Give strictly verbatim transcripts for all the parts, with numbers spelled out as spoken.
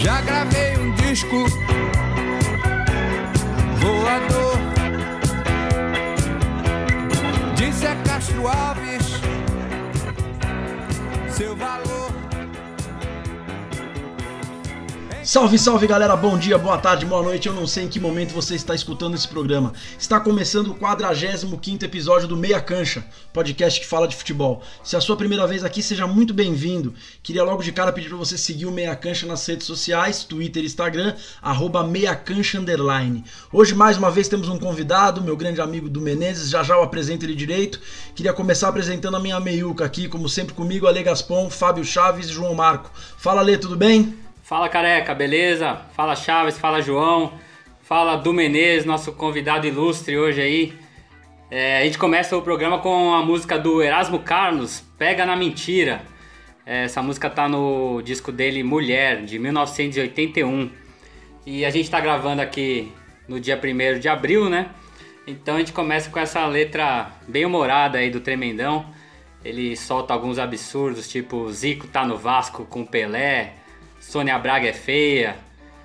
Já gravei um disco voador de Zé Castro Alves, seu valor. Salve, salve galera, bom dia, boa tarde, boa noite, eu não sei em que momento você está escutando esse programa. Está começando o quadragésimo quinto episódio do Meia Cancha, podcast que fala de futebol. Se é a sua primeira vez aqui, seja muito bem-vindo. Queria logo de cara pedir para você seguir o Meia Cancha nas redes sociais, Twitter e Instagram, arroba Meia Cancha underline. Hoje mais uma vez temos um convidado, meu grande amigo do Menezes, já já eu apresento ele direito. Queria começar apresentando a minha meiuca aqui, como sempre comigo, Ale Gaspon, Fábio Chaves e João Marco. Fala Ale, tudo bem? Fala Careca, beleza? Fala Chaves, fala João, fala Du Menezes, nosso convidado ilustre hoje aí. É, a gente começa o programa com a música do Erasmo Carlos, Pega na Mentira. É, essa música tá no disco dele Mulher, de mil novecentos e oitenta e um. E a gente tá gravando aqui no dia primeiro de abril, né? Então a gente começa com essa letra bem humorada aí do Tremendão. Ele solta alguns absurdos, tipo Zico tá no Vasco com Pelé, Sônia Braga é feia,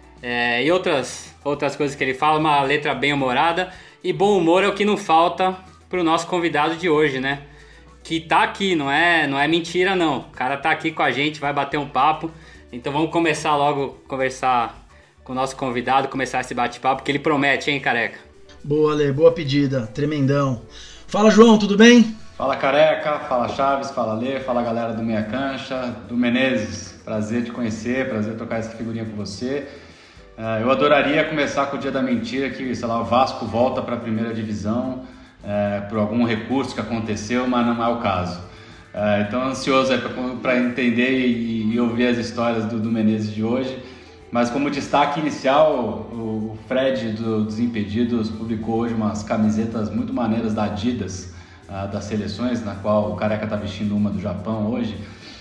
é, e outras, outras coisas que ele fala, uma letra bem humorada. E bom humor é o que não falta pro nosso convidado de hoje, né? Que tá aqui, não é, não é mentira não. O cara tá aqui com a gente, vai bater um papo. Então vamos começar logo a conversar com o nosso convidado, começar esse bate-papo, porque ele promete, hein, Careca? Boa, Ale, boa pedida, tremendão. Fala, João, tudo bem? Fala, Careca, fala Chaves, fala Lê, fala galera do Meia Cancha, do Menezes. Prazer te conhecer, prazer trocar essa figurinha com você. Uh, eu adoraria começar com o Dia da Mentira, que, sei lá, o Vasco volta para a primeira divisão uh, por algum recurso que aconteceu, mas não é o caso. Uh, então, ansioso para entender e, e ouvir as histórias do, do Menezes de hoje. Mas como destaque inicial, o Fred do Desimpedidos publicou hoje umas camisetas muito maneiras da Adidas, uh, das seleções, na qual o Careca está vestindo uma do Japão hoje.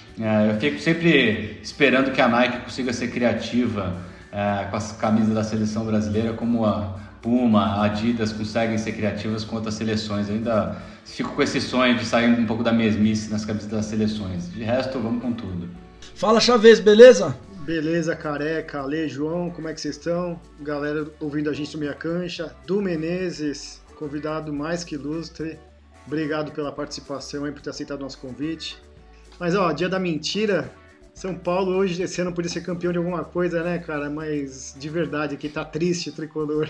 É, eu fico sempre esperando que a Nike consiga ser criativa é, com as camisas da seleção brasileira, como a Puma, a Adidas conseguem ser criativas com outras seleções. Eu ainda fico com esse sonho de sair um pouco da mesmice nas camisas das seleções. De resto, vamos com tudo. Fala, Chaves, beleza? Beleza, Careca, Ale, João, como é que vocês estão? Galera ouvindo a gente no Meia Cancha, Du Menezes, convidado mais que ilustre. Obrigado pela participação e por ter aceitado o nosso convite. Mas, ó, Dia da Mentira, São Paulo hoje, esse ano podia ser campeão de alguma coisa, né, cara? Mas, de verdade, aqui tá triste o tricolor.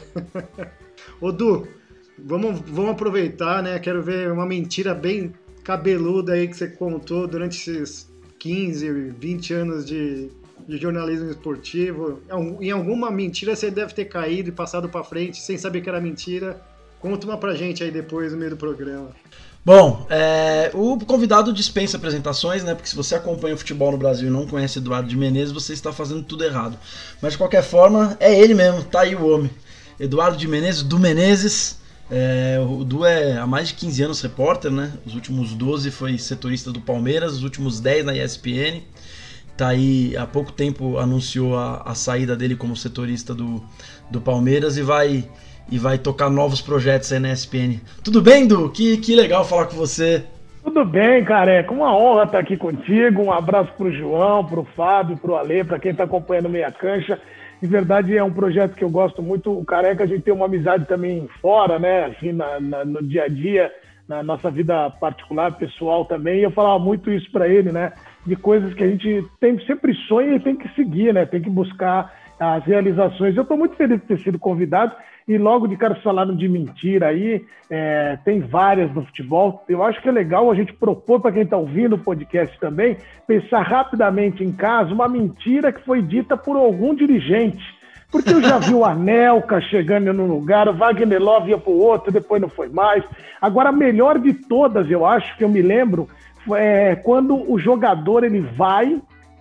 Ô, Du, vamos, vamos aproveitar, né? Quero ver uma mentira bem cabeluda aí que você contou durante esses quinze, vinte anos de, de jornalismo esportivo. Em alguma mentira você deve ter caído e passado pra frente sem saber que era mentira. Conta uma pra gente aí depois, no meio do programa. Bom, é, o convidado dispensa apresentações, né? Porque se você acompanha o futebol no Brasil e não conhece Eduardo de Menezes, você está fazendo tudo errado. Mas de qualquer forma, é ele mesmo, tá aí o homem. Eduardo de Menezes, Du Menezes. É, o Du é há mais de quinze anos repórter, né? Os últimos doze foi setorista do Palmeiras, os últimos dez na E S P N. Tá aí, há pouco tempo anunciou a, a saída dele como setorista do, do Palmeiras e vai... e vai tocar novos projetos aí na E S P N. Tudo bem, Du? Que, que legal falar com você. Tudo bem, Careca. Uma honra estar aqui contigo. Um abraço pro João, pro Fábio, pro Ale, para quem está acompanhando o Meia Cancha. De verdade, é um projeto que eu gosto muito. O Careca, a gente tem uma amizade também fora, né? Assim, na, na, no dia a dia, na nossa vida particular, pessoal também. E eu falava muito isso para ele, né? De coisas que a gente tem, sempre sonha e tem que seguir, né? Tem que buscar as realizações. Eu estou muito feliz de ter sido convidado. E logo de cara falaram de mentira aí, é, tem várias no futebol. Eu acho que é legal a gente propor para quem está ouvindo o podcast também, pensar rapidamente em casa uma mentira que foi dita por algum dirigente. Porque eu já vi o Anelka chegando num lugar, o Wagner Love ia para o outro, depois não foi mais. Agora, a melhor de todas, eu acho, que eu me lembro, é quando o jogador ele vai...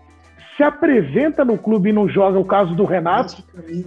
se apresenta no clube e não joga, o caso do Renato.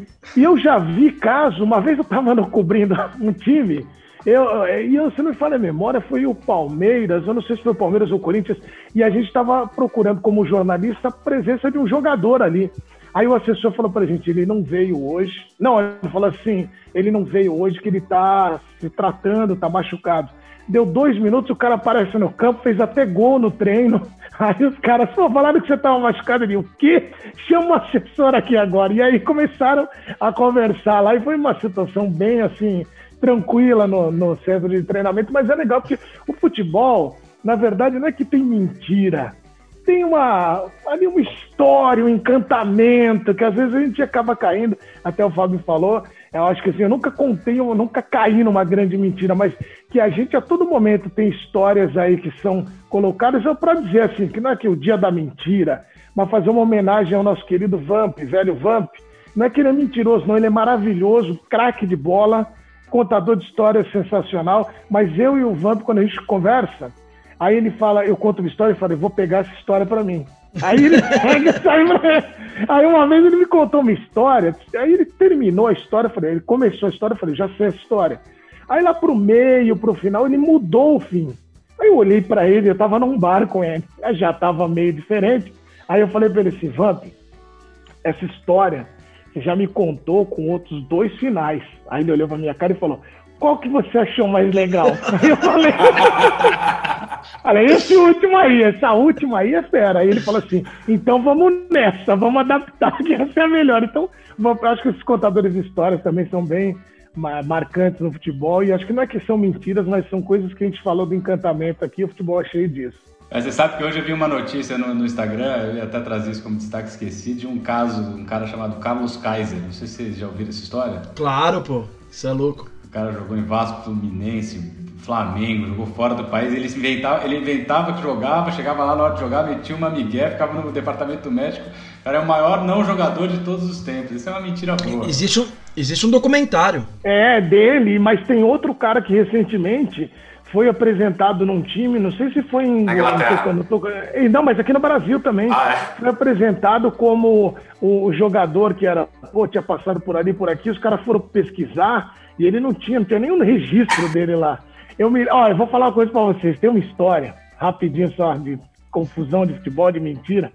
E eu já vi caso, uma vez eu estava cobrindo um time, eu, e eu, se não me falha a memória, foi o Palmeiras, eu não sei se foi o Palmeiras ou o Corinthians, e a gente estava procurando como jornalista a presença de um jogador ali. Aí o assessor falou pra gente, ele não veio hoje. Não, ele falou assim, ele não veio hoje que ele tá se tratando, tá machucado. Deu dois minutos, o cara aparece no campo, fez até gol no treino. Aí os caras só falaram que você estava machucado. Ele, o quê? Chama o assessor aqui agora. E aí começaram a conversar lá. E foi uma situação bem, assim, tranquila no, no centro de treinamento. Mas é legal, porque o futebol, na verdade, não é que tem mentira. Tem uma, ali uma história, um encantamento, que às vezes a gente acaba caindo. Até o Fábio falou. Eu acho que assim, eu nunca contei, eu nunca caí numa grande mentira, mas que a gente a todo momento tem histórias aí que são colocadas, só para dizer assim, que não é que o dia da mentira, mas fazer uma homenagem ao nosso querido Vamp, velho Vamp. Não é que ele é mentiroso, não, ele é maravilhoso, craque de bola, contador de histórias sensacional, mas eu e o Vamp, quando a gente conversa, aí ele fala, eu conto uma história e falo, eu vou pegar essa história para mim. Aí ele pega e sai pra ele. Aí uma vez ele me contou uma história, aí ele terminou a história, eu falei, ele começou a história, eu falei, já sei essa história. Aí lá pro meio, pro final, ele mudou o fim. Aí eu olhei pra ele, eu tava num bar com ele, aí já tava meio diferente. Aí eu falei pra ele assim, Vamp, essa história você já me contou com outros dois finais. Aí ele olhou pra minha cara e falou, qual que você achou mais legal? Aí eu falei, falei, esse último aí, essa última aí é fera. Aí ele falou assim, então vamos nessa, vamos adaptar, que essa é a melhor. Então, eu acho que esses contadores de histórias também são bem marcantes no futebol, e acho que não é que são mentiras, mas são coisas que a gente falou do encantamento aqui, o futebol é cheio disso. Mas você sabe que hoje eu vi uma notícia no, no Instagram, eu ia até trazer isso como destaque, esqueci, de um caso, um cara chamado Carlos Kaiser. Não sei se vocês já ouviram essa história. Claro, pô, isso é louco. O cara jogou em Vasco, Fluminense, Flamengo, jogou fora do país, ele inventava, ele inventava que jogava, chegava lá na hora de jogar, metia uma migué, ficava no departamento médico. O cara é o maior não jogador de todos os tempos. Isso é uma mentira boa. Existe um, existe um documentário. É, dele, mas tem outro cara que recentemente foi apresentado num time, não sei se foi em... Inglaterra. Tô, não, mas aqui no Brasil também. Ah, é? Foi apresentado como o jogador que era, pô, tinha passado por ali, por aqui, os caras foram pesquisar e ele não tinha, não tinha nenhum registro dele lá. Eu me, ó, eu vou falar uma coisa pra vocês, tem uma história, rapidinho só, de confusão de futebol, de mentira.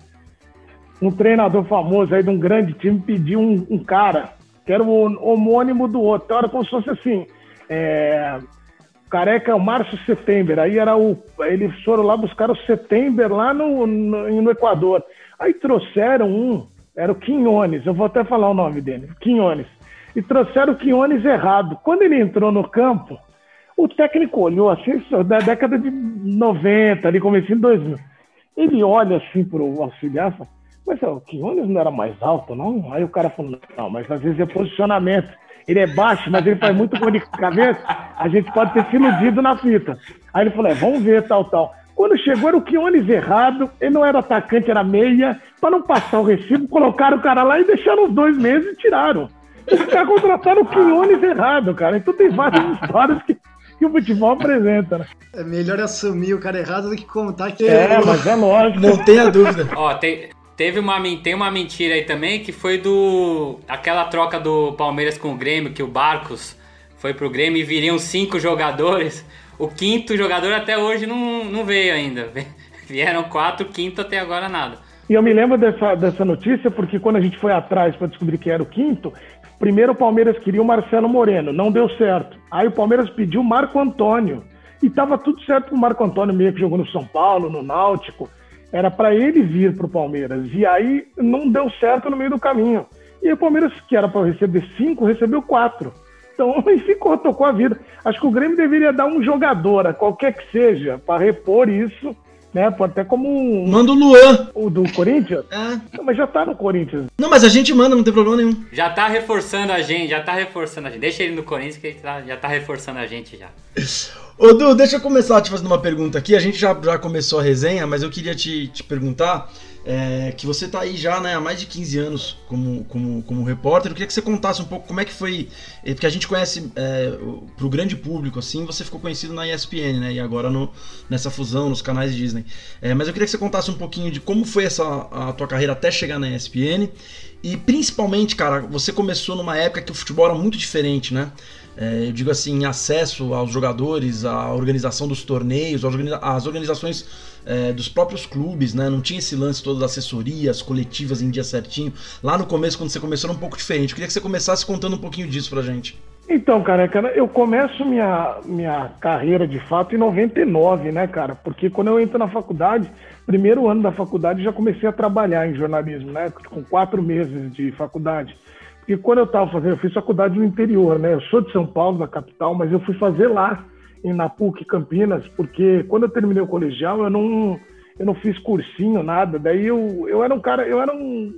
Um treinador famoso aí de um grande time pediu um, um cara, que era o homônimo do outro, então era como se fosse assim, é... Careca é o Márcio Settember, aí era o, eles foram lá buscar o Settember lá no, no, no Equador. Aí trouxeram um, era o Quinones, eu vou até falar o nome dele, Quinones. E trouxeram o Quinones errado. Quando ele entrou no campo, o técnico olhou assim, da década de noventa, ali comecinho de dois mil. Ele olha assim pro auxiliar e fala, mas o Quinones não era mais alto, não? Aí o cara falou, não, mas às vezes é posicionamento. Ele é baixo, mas ele faz muito gol de cabeça, a gente pode ter se iludido na fita. Aí ele falou, é, vamos ver, tal, tal. Quando chegou era o Quinones errado, ele não era atacante, era meia, para não passar o recibo, colocaram o cara lá e deixaram os dois meses e tiraram. Os caras contrataram o Quinones errado, cara. Então tem várias histórias que, que o futebol apresenta, né? É melhor assumir o cara errado do que contar que é, é mas é lógico. Não tenha dúvida. Ó, tem... Teve uma, tem uma mentira aí também, que foi do... Aquela troca do Palmeiras com o Grêmio, que o Barcos foi pro Grêmio e viriam cinco jogadores. O quinto jogador até hoje não, não veio ainda. Vieram quatro, o quinto até agora nada. E eu me lembro dessa, dessa notícia porque quando a gente foi atrás para descobrir quem era o quinto, primeiro o Palmeiras queria o Marcelo Moreno, não deu certo. Aí o Palmeiras pediu o Marco Antônio. E tava tudo certo com o Marco Antônio, meio que jogou no São Paulo, no Náutico. Era para ele vir para o Palmeiras. E aí não deu certo no meio do caminho. E o Palmeiras, que era para receber cinco, recebeu quatro. Então, e ficou, tocou a vida. Acho que o Grêmio deveria dar um jogador, a qualquer que seja, para repor isso, né? Pode até como um... Manda o Luan. O do Corinthians? É. Não, mas já tá no Corinthians. Não, mas a gente manda, não tem problema nenhum. Já tá reforçando a gente, já tá reforçando a gente. Deixa ele no Corinthians que ele tá, já tá reforçando a gente já. Ô Du, deixa eu começar te fazendo uma pergunta aqui. A gente já, já começou a resenha, mas eu queria te, te perguntar é, que você tá aí já, né, há mais de quinze anos como, como, como repórter. Eu queria que você contasse um pouco como é que foi, porque a gente conhece é, pro grande público, assim, você ficou conhecido na E S P N, né, e agora no, nessa fusão nos canais Disney. É, mas eu queria que você contasse um pouquinho de como foi essa, a tua carreira até chegar na E S P N. E principalmente, cara, você começou numa época que o futebol era muito diferente, né? É, eu digo assim, acesso aos jogadores, a organização dos torneios, as organizações é, dos próprios clubes, né? Não tinha esse lance todo das assessorias, coletivas em dia certinho. Lá no começo, quando você começou, era um pouco diferente. Eu queria que você começasse contando um pouquinho disso pra gente. Então, careca, eu começo minha, minha carreira de fato em noventa e nove, né, cara? Porque quando eu entro na faculdade, primeiro ano da faculdade, já comecei a trabalhar em jornalismo, né? Com quatro meses de faculdade. E quando eu estava fazendo, eu fiz faculdade no interior, né? Eu sou de São Paulo, da capital, mas eu fui fazer lá, na P U C Campinas, porque quando eu terminei o colegial, eu não, eu não fiz cursinho, nada. Daí eu, eu era um cara, eu era um,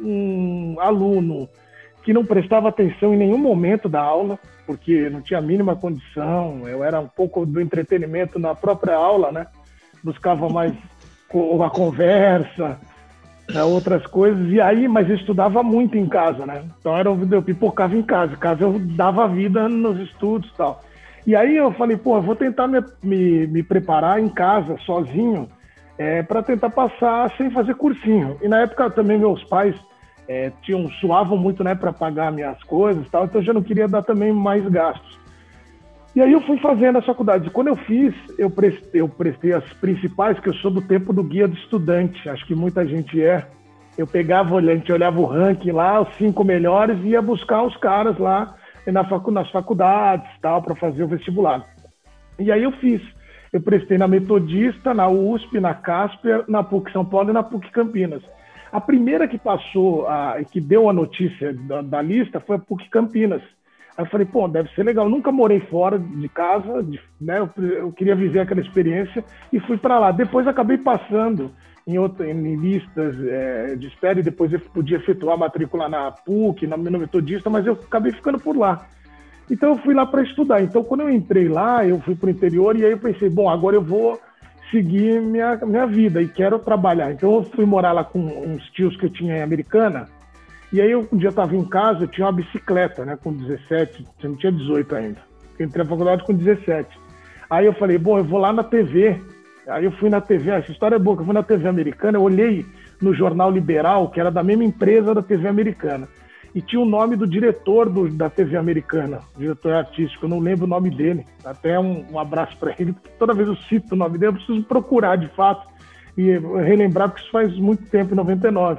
um aluno que não prestava atenção em nenhum momento da aula, porque não tinha a mínima condição, eu era um pouco do entretenimento na própria aula, né? Buscava mais a conversa, outras coisas, e aí, mas eu estudava muito em casa, né? Então era, eu pipocava em casa, em casa eu dava vida nos estudos e tal. E aí eu falei, pô, eu vou tentar me, me, me preparar em casa, sozinho, é, para tentar passar sem fazer cursinho. E na época também meus pais É, tinham, suavam muito, né, para pagar minhas coisas e tal, então eu já não queria dar também mais gastos. E aí eu fui fazendo as faculdades. Quando eu fiz, eu prestei, eu prestei as principais, que eu sou do tempo do guia do estudante, acho que muita gente é. Eu pegava, a gente olhava o ranking lá, os cinco melhores, e ia buscar os caras lá na facu, nas faculdades tal, para fazer o vestibular. E aí eu fiz. Eu prestei na Metodista, na U S P, na Casper, na P U C São Paulo e na P U C Campinas. A primeira que passou, a, que deu a notícia da, da lista foi a P U C Campinas. Aí eu falei, pô, deve ser legal. Eu nunca morei fora de casa, de, né? eu, eu queria viver aquela experiência e fui para lá. Depois acabei passando em, outra, em listas é, de espera e depois eu podia efetuar a matrícula na P U C, na, na Metodista, mas eu acabei ficando por lá. Então eu fui lá para estudar. Então quando eu entrei lá, eu fui para o interior e aí eu pensei, bom, agora eu vou seguir minha, minha vida e quero trabalhar. Então eu fui morar lá com uns tios que eu tinha em Americana, e aí eu, um dia eu estava em casa, eu tinha uma bicicleta, né, com dezessete, eu não tinha dezoito ainda. Eu entrei na faculdade com dezessete. Aí eu falei, bom, eu vou lá na T V. Aí eu fui na T V, essa história é boa, eu fui na T V Americana, eu olhei no Jornal Liberal, que era da mesma empresa da T V Americana, e tinha o nome do diretor do, da T V Americana, diretor artístico, eu não lembro o nome dele, até um, um abraço para ele, porque toda vez eu cito o nome dele, eu preciso procurar de fato e relembrar, porque isso faz muito tempo, em noventa e nove.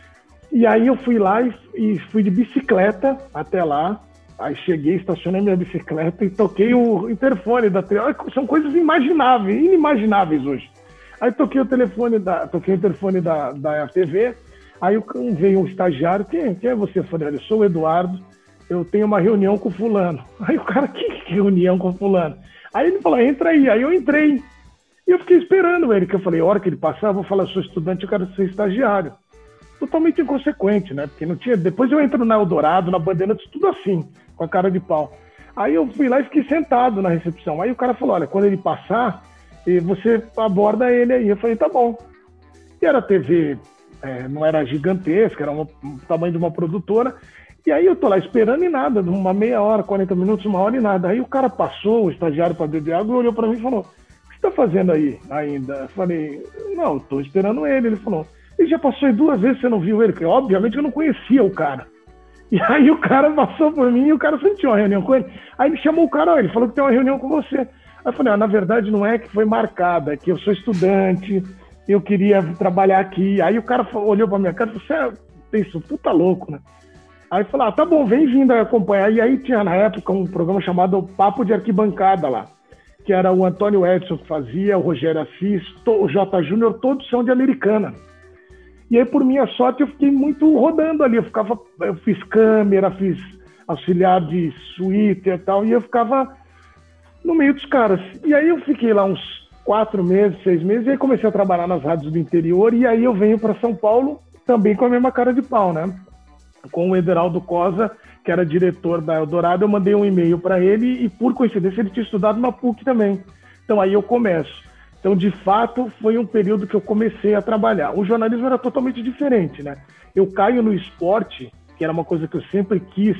E aí eu fui lá e, e fui de bicicleta até lá, aí cheguei, estacionei minha bicicleta e toquei o interfone da T V, são coisas imagináveis, inimagináveis hoje. Aí toquei o telefone da, toquei o interfone da, da T V. Aí veio um estagiário, quem, quem é você? Eu falei, olha, eu sou o Eduardo, eu tenho uma reunião com fulano. Aí o cara, que reunião com fulano? Aí ele falou, entra aí. Aí eu entrei. E eu fiquei esperando ele, que eu falei, a hora que ele passar, eu vou falar, sou estudante, eu quero ser estagiário. Totalmente inconsequente, né? Porque não tinha... Depois eu entro na Eldorado, na Bandeirantes, tudo assim, com a cara de pau. Aí eu fui lá e fiquei sentado na recepção. Aí o cara falou, olha, quando ele passar, você aborda ele aí. Eu falei, tá bom. E era T V... É, não era gigantesca, era um, um tamanho de uma produtora, e aí eu tô lá esperando e nada, uma meia hora, quarenta minutos, uma hora e nada. Aí o cara passou, o estagiário para beber água, olhou para mim e falou, o que você tá fazendo aí ainda? Eu falei, não, tô esperando ele. Ele falou, ele já passou aí duas vezes, você não viu ele? Porque obviamente eu não conhecia o cara. E aí o cara passou por mim e o cara sentiu uma reunião com ele. Aí ele chamou o cara, ó, ele falou que tem uma reunião com você. Aí eu falei, ah, na verdade não é que foi marcada, é que eu sou estudante, eu queria trabalhar aqui. Aí o cara olhou pra minha cara e falou, você é isso, puta louco, né? Aí falou, ah, tá bom, vem vindo acompanhar. E aí tinha na época um programa chamado Papo de Arquibancada lá, que era o Antônio Edson que fazia, o Rogério Assis, o J. Júnior, todos são de Americana. E aí, por minha sorte, eu fiquei muito rodando ali. Eu ficava, eu fiz câmera, fiz auxiliar de suíte e tal, e eu ficava no meio dos caras. E aí eu fiquei lá uns quatro meses, seis meses, e aí comecei a trabalhar nas rádios do interior, e aí eu venho para São Paulo também com a mesma cara de pau, né? Com o Ederaldo Cosa, que era diretor da Eldorado, eu mandei um e-mail para ele, e por coincidência ele tinha estudado na P U C também. Então aí eu começo. Então, de fato, foi um período que eu comecei a trabalhar. O jornalismo era totalmente diferente, né? Eu caio no esporte, que era uma coisa que eu sempre quis,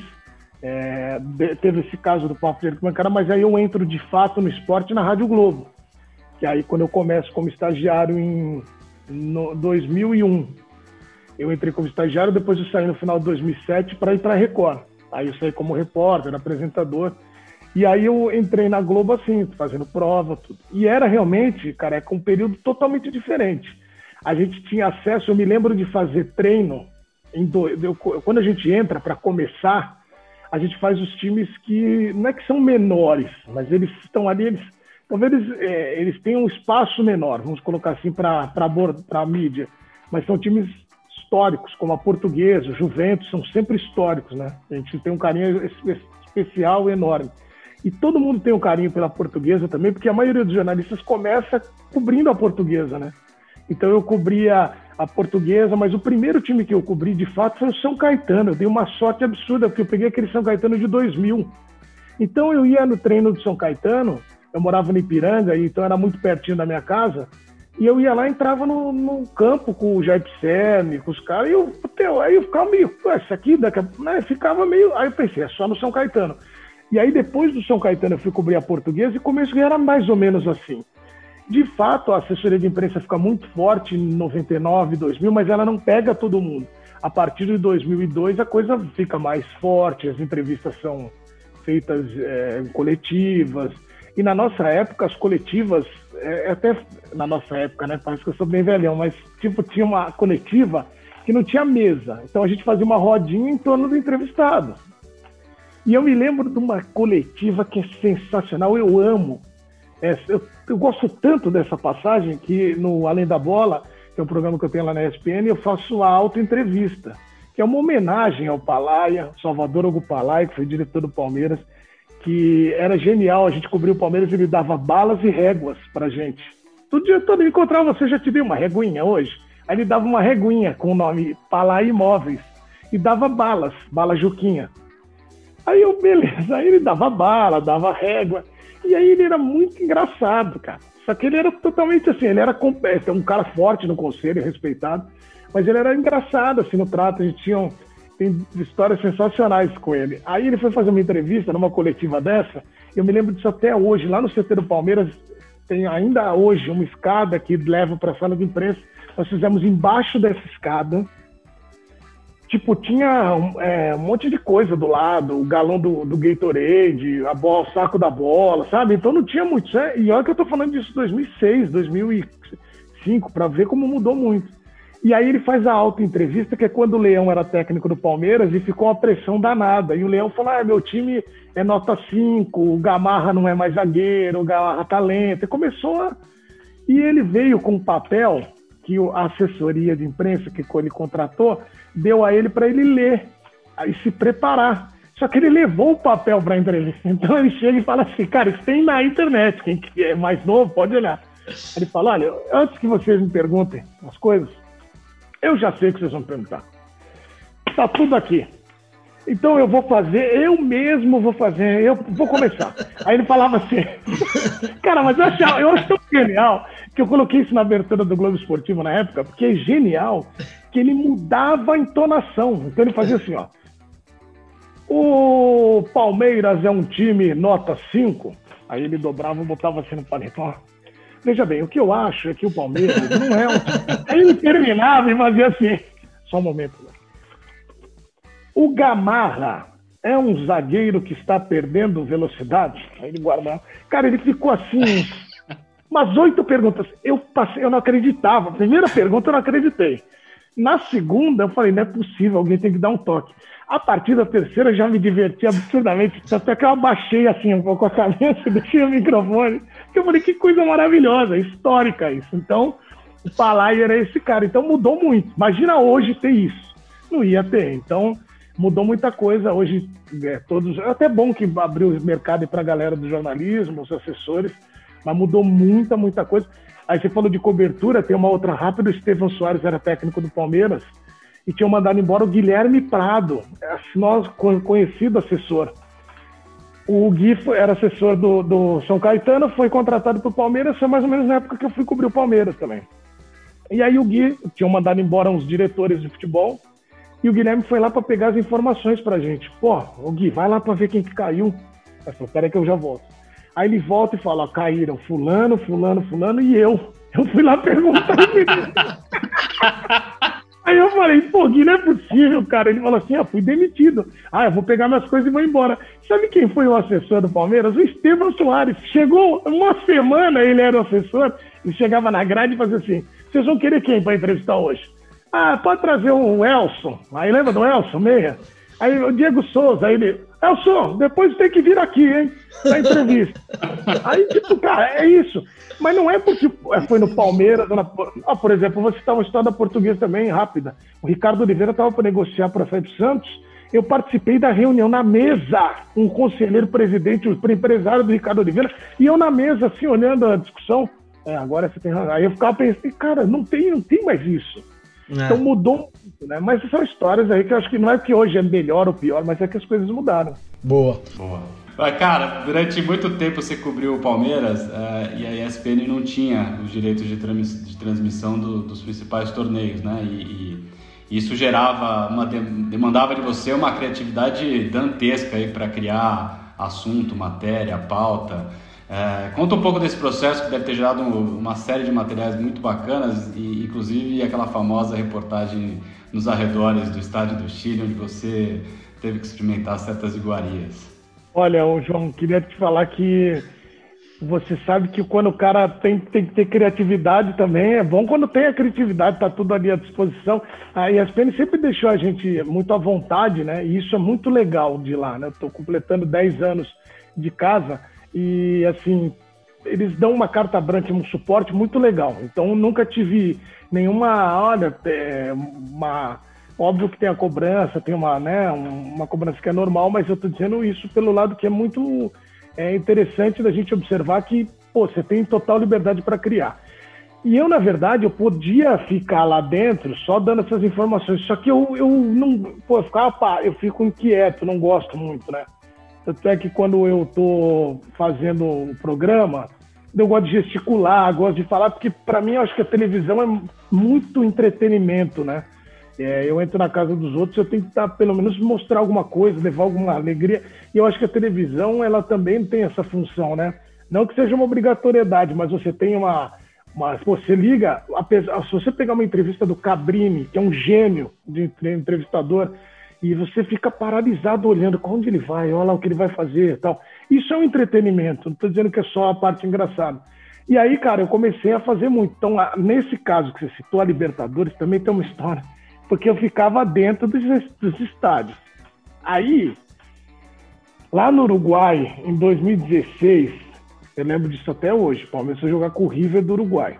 é, teve esse caso do Papo de Arquibancada, mas aí eu entro de fato no esporte na Rádio Globo. Que aí quando eu começo como estagiário em no, dois mil e um, eu entrei como estagiário, depois eu saí no final de dois mil e sete para ir para a Record. Aí eu saí como repórter, apresentador, e aí eu entrei na Globo assim, fazendo prova, tudo. E era realmente, cara, é um período totalmente diferente. A gente tinha acesso, eu me lembro de fazer treino, em do, eu, quando a gente entra para começar, a gente faz os times que não é que são menores, mas eles estão ali, eles, talvez eles, é, eles tenham um espaço menor, vamos colocar assim para a mídia, mas são times históricos, como a Portuguesa, o Juventus, são sempre históricos, né? A gente tem um carinho especial enorme. E todo mundo tem um carinho pela Portuguesa também, porque a maioria dos jornalistas começa cobrindo a Portuguesa, né? Então eu cobria a Portuguesa, mas o primeiro time que eu cobri de fato foi o São Caetano. Eu dei uma sorte absurda, porque eu peguei aquele São Caetano de dois mil. Então eu ia no treino do São Caetano, eu morava no Ipiranga, então era muito pertinho da minha casa, e eu ia lá, entrava no, no campo com o Jair Pisserni, com os caras, e eu, eu, aí eu ficava meio, isso aqui, daqui a, né, ficava meio, aí eu pensei, é só no São Caetano. E aí depois do São Caetano eu fui cobrir a Portuguesa e começo era mais ou menos assim. De fato, a assessoria de imprensa fica muito forte em noventa e nove, dois mil, mas ela não pega todo mundo. A partir de dois mil e dois a coisa fica mais forte, as entrevistas são feitas é, coletivas. E na nossa época, as coletivas, é, até na nossa época, né? Parece que eu sou bem velhão, mas tipo, tinha uma coletiva que não tinha mesa. Então a gente fazia uma rodinha em torno do entrevistado. E eu me lembro de uma coletiva que é sensacional, eu amo. É, eu, eu gosto tanto dessa passagem que no Além da Bola, que é um programa que eu tenho lá na E S P N, eu faço a auto-entrevista, que é uma homenagem ao Palaia, Salvador Hugo Palaia, que foi diretor do Palmeiras, que era genial, a gente cobriu o Palmeiras e ele dava balas e réguas pra gente. Todo dia todo eu encontrava você, já te dei uma reguinha hoje? Aí ele dava uma reguinha com o nome Palaia Imóveis e dava balas, bala Juquinha. Aí eu, beleza, aí ele dava bala, dava régua, e aí ele era muito engraçado, cara. Só que ele era totalmente assim, ele era um cara forte no conselho, respeitado, mas ele era engraçado, assim, no trato, a gente tinha um, tem histórias sensacionais com ele. Aí ele foi fazer uma entrevista numa coletiva dessa, eu me lembro disso até hoje, lá no C T do Palmeiras, tem ainda hoje uma escada que leva para a sala de imprensa, nós fizemos embaixo dessa escada, tipo, tinha é, um monte de coisa do lado, o galão do, do Gatorade, a bola, o saco da bola, sabe? Então não tinha muito, né? E olha que eu tô falando disso em dois mil e seis, dois mil e cinco, para ver como mudou muito. E aí ele faz a auto-entrevista, que é quando o Leão era técnico do Palmeiras e ficou uma pressão danada. E o Leão falou, ah, meu time é nota cinco, o Gamarra não é mais zagueiro, o Gamarra tá lento. E começou a... E ele veio com um papel que a assessoria de imprensa que ele contratou deu a ele para ele ler e se preparar. Só que ele levou o papel para a entrevista. Então ele chega e fala assim, cara, isso tem na internet, quem é mais novo pode olhar. Ele fala, olha, antes que vocês me perguntem as coisas, eu já sei o que vocês vão perguntar. Está tudo aqui. Então eu vou fazer, eu mesmo vou fazer, eu vou começar. Aí ele falava assim, cara, mas eu acho, eu acho tão genial que eu coloquei isso na abertura do Globo Esportivo na época, porque é genial que ele mudava a entonação. Então ele fazia assim, ó. O Palmeiras é um time nota cinco. Aí ele dobrava e botava assim no paletó. Veja bem, o que eu acho é que o Palmeiras não é um... Aí ele terminava e fazia assim. Só um momento. O Gamarra é um zagueiro que está perdendo velocidade? Aí ele guardava. Cara, ele ficou assim... Umas oito perguntas. Eu passei, eu não acreditava. A primeira pergunta eu não acreditei. Na segunda, eu falei, não é possível, alguém tem que dar um toque. A partir da terceira, eu já me diverti absurdamente. Até que eu abaixei assim um pouco a cabeça e deixei o microfone. Eu falei, que coisa maravilhosa, histórica isso. Então, o Palaia era esse cara. Então, mudou muito. Imagina hoje ter isso. Não ia ter. Então, mudou muita coisa. Hoje, é, todos... É até bom que abriu o mercado para a galera do jornalismo, os assessores. Mas mudou muita, muita coisa. Aí você falou de cobertura, tem uma outra rápida, o Estevão Soares era técnico do Palmeiras e tinham mandado embora o Guilherme Prado, nós conhecido assessor. O Gui foi, era assessor do, do São Caetano, foi contratado para o Palmeiras, foi mais ou menos na época que eu fui cobrir o Palmeiras também. E aí o Gui, tinham mandado embora uns diretores de futebol e o Guilherme foi lá para pegar as informações para a gente. Pô, o Gui, vai lá para ver quem que caiu. Aí falou, peraí que eu já volto. Aí ele volta e fala, ó, caíram fulano, fulano, fulano e eu. Eu fui lá perguntar. Aí eu falei, pô, Gui, não é possível, cara. Ele falou assim, ah, fui demitido. Ah, eu vou pegar minhas coisas e vou embora. Sabe quem foi o assessor do Palmeiras? O Estevão Soares. Chegou uma semana, ele era o assessor, ele chegava na grade e fazia assim, vocês vão querer quem para entrevistar hoje? Ah, pode trazer o Elson. Aí lembra do Elson, meia? Aí o Diego Souza, aí ele, Elson, depois tem que vir aqui, hein, na entrevista. Aí, tipo, cara, é isso. Mas não é porque foi no Palmeiras, na... ah, por exemplo, vou citar uma história da Portuguesa também, rápida. O Ricardo Oliveira estava para negociar para sair do Santos, eu participei da reunião na mesa, um conselheiro presidente, o empresário do Ricardo Oliveira, e eu na mesa, assim, olhando a discussão, é, agora você tem razão. Aí eu ficava pensando, cara, não tem, não tem mais isso. É. Então mudou muito, né? Mas são histórias aí que eu acho que não é que hoje é melhor ou pior, mas é que as coisas mudaram. Boa. Boa. Cara, durante muito tempo você cobriu o Palmeiras uh, e a E S P N não tinha os direitos de, trans, de transmissão do, dos principais torneios, né? E, e isso gerava, uma, demandava de você uma criatividade dantesca para criar assunto, matéria, pauta. É, conta um pouco desse processo que deve ter gerado uma série de materiais muito bacanas e inclusive aquela famosa reportagem nos arredores do Estádio do Chile, onde você teve que experimentar certas iguarias. Olha, João, queria te falar que você sabe que quando o cara tem, tem que ter criatividade também, é bom quando tem a criatividade, tá tudo ali à disposição. A E S P N sempre deixou a gente muito à vontade, né? E isso é muito legal de lá, né? Eu tô completando dez anos de casa. E, assim, eles dão uma carta branca, um suporte muito legal. Então, nunca tive nenhuma, olha, é, uma... Óbvio que tem a cobrança, tem uma, né, uma cobrança que é normal, mas eu estou dizendo isso pelo lado que é muito é, interessante da gente observar que, pô, você tem total liberdade para criar. E eu, na verdade, eu podia ficar lá dentro só dando essas informações, só que eu, eu não... Pô, eu, ficava, eu fico inquieto, não gosto muito, né? Tanto é que quando eu estou fazendo o programa, eu gosto de gesticular, gosto de falar, porque para mim eu acho que a televisão é muito entretenimento, né? É, eu entro na casa dos outros, eu tenho que estar, pelo menos mostrar alguma coisa, levar alguma alegria. E eu acho que a televisão, ela também tem essa função, né? Não que seja uma obrigatoriedade, mas você tem uma... uma pô, você liga, apesar, se você pegar uma entrevista do Cabrini, que é um gênio de entrevistador, e você fica paralisado olhando para onde ele vai, olha lá o que ele vai fazer e tal. Isso é um entretenimento, não estou dizendo que é só a parte engraçada. E aí, cara, eu comecei a fazer muito. Então, nesse caso que você citou, a Libertadores, também tem uma história, porque eu ficava dentro dos, dos estádios. Aí, lá no Uruguai, em dois mil e dezesseis, eu lembro disso até hoje, o Palmeiras foi jogar com o River do Uruguai.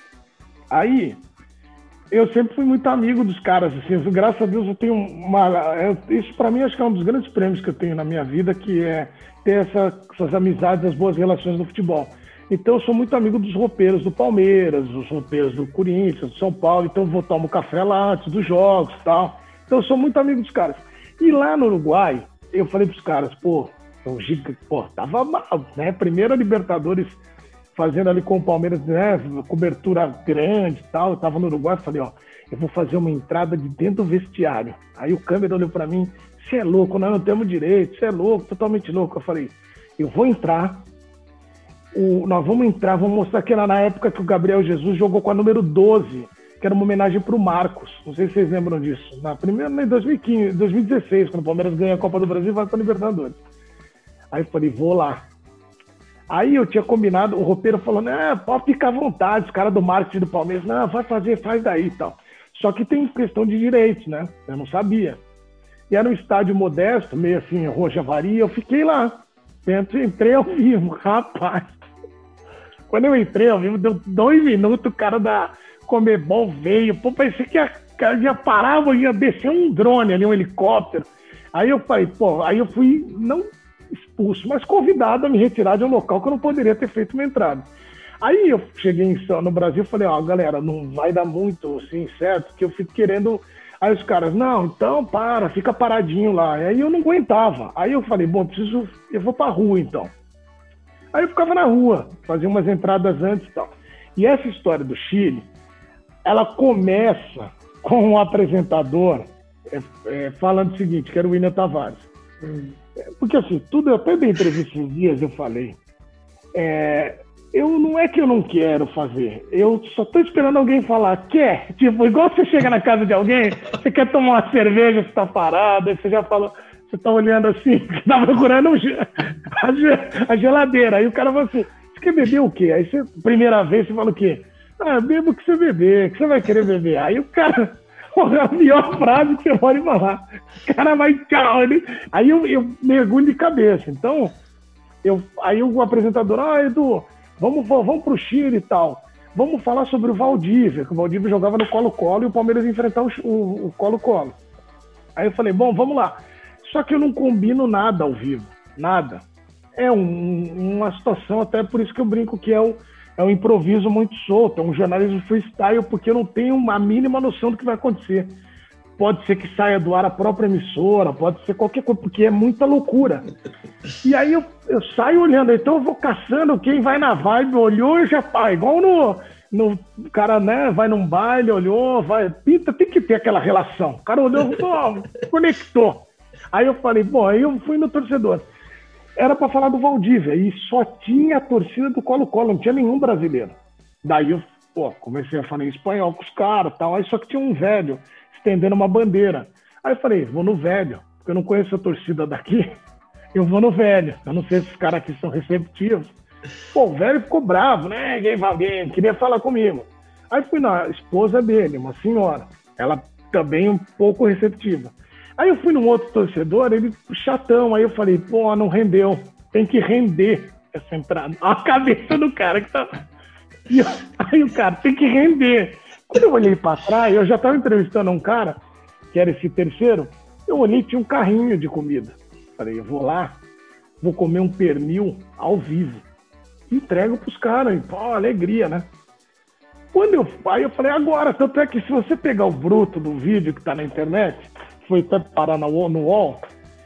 Aí... eu sempre fui muito amigo dos caras, assim, graças a Deus eu tenho uma... Isso para mim acho que é um dos grandes prêmios que eu tenho na minha vida, que é ter essa, essas amizades, as boas relações no futebol. Então eu sou muito amigo dos roupeiros do Palmeiras, dos roupeiros do Corinthians, do São Paulo, então eu vou tomar um café lá antes dos jogos e tal. Então eu sou muito amigo dos caras. E lá no Uruguai, eu falei pros caras, pô, o Giga, pô, tava mal, né? Primeiro a Libertadores... fazendo ali com o Palmeiras, né, cobertura grande e tal, eu tava no Uruguai, falei, ó, eu vou fazer uma entrada de dentro do vestiário. Aí o câmera olhou pra mim, você é louco, nós não temos direito, você é louco, totalmente louco. Eu falei, eu vou entrar, o, nós vamos entrar, vamos mostrar que era na época que o Gabriel Jesus jogou com a número doze, que era uma homenagem pro Marcos, não sei se vocês lembram disso, na primeira, em dois mil e quinze, dois mil e dezesseis, quando o Palmeiras ganha a Copa do Brasil e vai pra Libertadores. Aí eu falei, vou lá. Aí eu tinha combinado, o roupeiro falou, não, pode ficar à vontade, os caras do marketing do Palmeiras, não, vai fazer, faz daí e tal. Só que tem questão de direitos, né? Eu não sabia. E era um estádio modesto, meio assim, Rojavaria, eu fiquei lá. Dentro, entrei ao vivo, rapaz. Quando eu entrei ao vivo, deu dois minutos, o cara da Comebol veio, pô, parecia que ia, ia parar, ia descer um drone ali, um helicóptero. Aí eu falei, pô, aí eu fui, não... expulso, mas convidado a me retirar de um local que eu não poderia ter feito uma entrada. Aí eu cheguei no Brasil e falei, ó, galera, não vai dar muito, assim, certo? Que eu fico querendo... Aí os caras, não, então para, fica paradinho lá. E aí eu não aguentava. Aí eu falei, bom, preciso... eu vou pra rua, então. Aí eu ficava na rua, fazia umas entradas antes e tal. E essa história do Chile, ela começa com um apresentador é, é, falando o seguinte, que era o William Tavares. Hum. Porque assim, tudo, eu até dei entrevista esses dias, eu falei, é, eu não é que eu não quero fazer, eu só tô esperando alguém falar, quer? Tipo, igual você chega na casa de alguém, você quer tomar uma cerveja, você tá parado, aí você já falou, você tá olhando assim, tá procurando a geladeira, aí o cara fala assim, você quer beber o quê? Aí você, primeira vez, você fala o quê? Ah, bebo o que você beber, o que você vai querer beber? Aí o cara... Porra, a pior frase que você pode falar. O cara vai tchau. Ele... Aí eu, eu mergulho de cabeça. Então, eu, aí o apresentador, ah, Edu, vamos, vamos pro Chile e tal. Vamos falar sobre o Valdívia, que o Valdívia jogava no Colo-Colo e o Palmeiras ia enfrentar o, o, o Colo-Colo. Aí eu falei, bom, vamos lá. Só que eu não combino nada ao vivo. Nada. É um, uma situação, até por isso que eu brinco que é o, é um improviso muito solto, é um jornalismo freestyle, porque eu não tenho uma mínima noção do que vai acontecer. Pode ser que saia do ar a própria emissora, pode ser qualquer coisa, porque é muita loucura. E aí eu, eu saio olhando, então eu vou caçando quem vai na vibe, olhou e já pá, igual no, no cara, né, vai num baile, olhou, vai, pinta, tem que ter aquela relação. O cara olhou, pô, conectou. Aí eu falei, bom, aí eu fui no torcedor. Era para falar do Valdívia, e só tinha a torcida do Colo-Colo, não tinha nenhum brasileiro. Daí eu, pô, comecei a falar em espanhol com os caras e tal, aí só que tinha um velho estendendo uma bandeira. Aí eu falei, vou no velho, porque eu não conheço a torcida daqui, eu vou no velho. Eu não sei se os caras aqui são receptivos. Pô, o velho ficou bravo, né? Ninguém, alguém queria falar comigo. Aí fui na esposa dele, uma senhora, ela também um pouco receptiva. Aí eu fui num outro torcedor, ele chatão, aí eu falei, pô, não rendeu, tem que render essa entrada. A cabeça do cara que tá... E eu... Aí o cara, tem que render. Quando eu olhei pra trás, eu já tava entrevistando um cara, que era esse terceiro, eu olhei, tinha um carrinho de comida. Falei, eu vou lá, vou comer um pernil ao vivo. Entrego pros caras, pô, alegria, né? Quando eu... Aí eu falei, agora, tanto é que se você pegar o bruto do vídeo que tá na internet... foi até parar no U O L,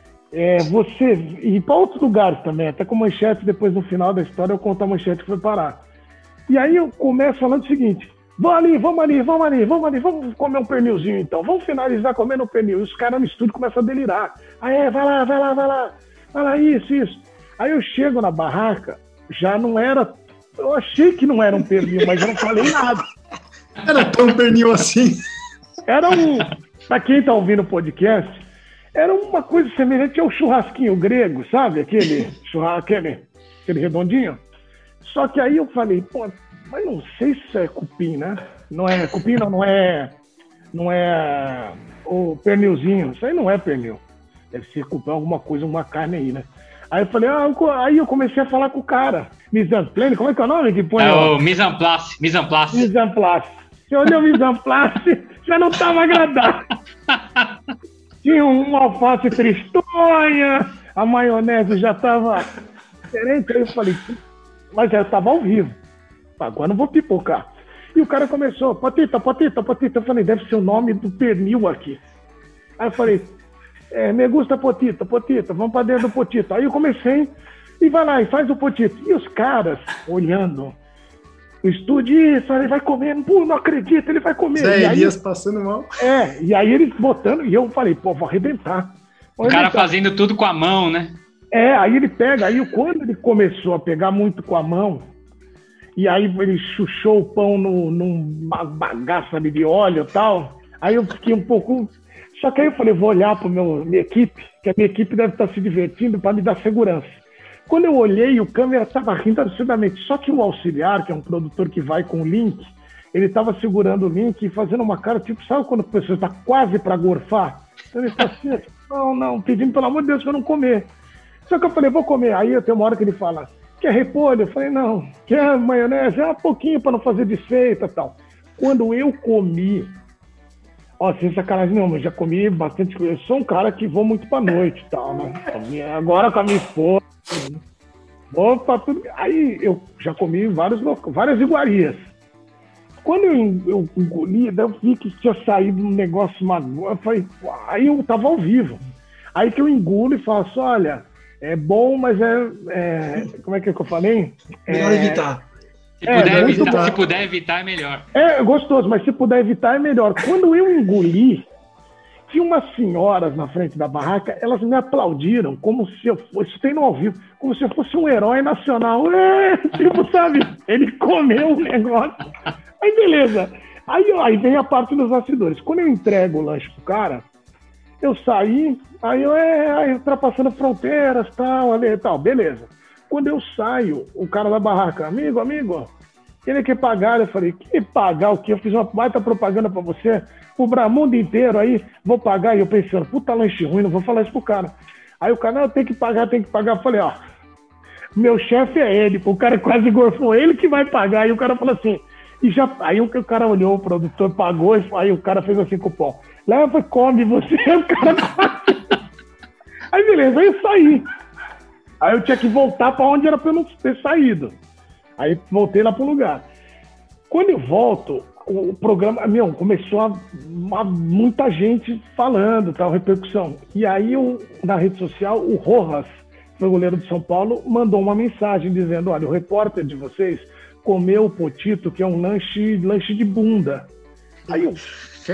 é, você, e para outros lugares também, até com manchete, depois no final da história eu conto a manchete que foi parar. E aí eu começo falando o seguinte, vamos ali, vamos ali, vamos ali, vamos ali, vamos comer um pernilzinho então, vamos finalizar comendo um pernil. E os caras no estúdio começam a delirar. Aí é, vai lá, vai lá, vai lá, vai lá, isso, isso. Aí eu chego na barraca, já não era, eu achei que não era um pernil, mas eu não falei nada. Era tão pernil assim. Era um... Pra quem tá ouvindo o podcast, era uma coisa semelhante ao churrasquinho grego, sabe? Aquele churrasco, aquele, aquele redondinho. Só que aí eu falei, pô, mas não sei se isso é cupim, né? Não é cupim, não, não é, não é o pernilzinho. Isso aí não é pernil. Deve ser cupim, alguma coisa, uma carne aí, né? Aí eu falei, ah, aí eu comecei a falar com o cara. Mise en place, como é que é o nome que põe? É o mise en place, mise en place. Mise en place. Você olhou o mise en place, já não estava agradável. Tinha um alface tristonha, a maionese já estava diferente. Aí eu falei, mas eu estava ao vivo. Agora não vou pipocar. E o cara começou, Potita, Potita, Potita. Eu falei, deve ser o nome do pernil aqui. Aí eu falei, é, me gusta Potita, Potita, vamos para dentro do Potita. Aí eu comecei, e vai lá, e faz o Potita. E os caras olhando... O estúdio, isso, ele vai comendo, pô, não acredito, ele vai comer. Zé e aí, Elias passando mal. É, e aí eles botando, e eu falei, pô, vou arrebentar. Vou o cara arrebentar. fazendo tudo com a mão, né? É, aí ele pega, aí quando ele começou a pegar muito com a mão, e aí ele chuchou o pão no, numa bagaça ali de óleo e tal, aí eu fiquei um pouco... Só que aí eu falei, vou olhar para a minha equipe, que a minha equipe deve estar se divertindo para me dar segurança. Quando eu olhei, o câmera estava rindo absurdamente. Só que o auxiliar, que é um produtor que vai com o link, ele estava segurando o link e fazendo uma cara, tipo, sabe quando a pessoa está quase para gorfar? Então ele está assim, não, não, pedindo pelo amor de Deus para eu não comer. Só que eu falei, vou comer. Aí tem uma hora que ele fala, quer repolho? Eu falei, não. Quer maionese? Ah, pouquinho para não fazer desfeita e tal. Quando eu comi, ó, sem sacanagem nenhuma, eu já comi bastante coisa. Eu sou um cara que vou muito pra noite e tal, né? Agora com a minha esposa, vou pra tudo. Aí eu já comi vários, várias iguarias. Quando eu, eu engoli, eu vi que tinha saído um negócio magoado. Eu falei, aí eu tava ao vivo. Aí que eu engulo e faço, olha, é bom, mas é. é como é que, é que eu falei? Melhor é, evitar. Se, É, puder muito evitar, bom. se puder evitar, é melhor. É gostoso, mas se puder evitar é melhor. Quando eu engoli, tinha umas senhoras na frente da barraca, elas me aplaudiram como se eu fosse, tem no ao vivo, como se eu fosse um herói nacional. É, tipo, sabe, ele comeu o negócio. Aí beleza. Aí, aí vem a parte dos bastidores. Quando eu entrego o lanche pro cara, eu saí, aí eu, é, aí ultrapassando fronteiras, tal, ali, tal, beleza. Quando eu saio, o cara da barraca, amigo, amigo, Ele quer pagar. Eu falei, que pagar o quê? Eu fiz uma baita propaganda pra você, o Bramundo inteiro aí, vou pagar. E eu pensando, puta lanche ruim, não vou falar isso pro cara. Aí o cara, não, tem que pagar, tem que pagar. Eu falei, ó, meu chefe é ele, pô, o cara quase gorfou, ele que vai pagar. E o cara falou assim, e já, aí o cara olhou, o produtor pagou, aí o cara fez assim com o pão, leva, come você, o cara... Aí beleza, aí eu saí. Aí eu tinha que voltar pra onde era pra eu não ter saído. Aí voltei lá pro lugar. Quando eu volto, o, o programa, meu, começou a, a muita gente falando, tal, repercussão. E aí eu, na rede social, o Rojas, o goleiro de São Paulo, mandou uma mensagem dizendo, olha, o repórter de vocês comeu o potito, que é um lanche, lanche de bunda. Aí eu,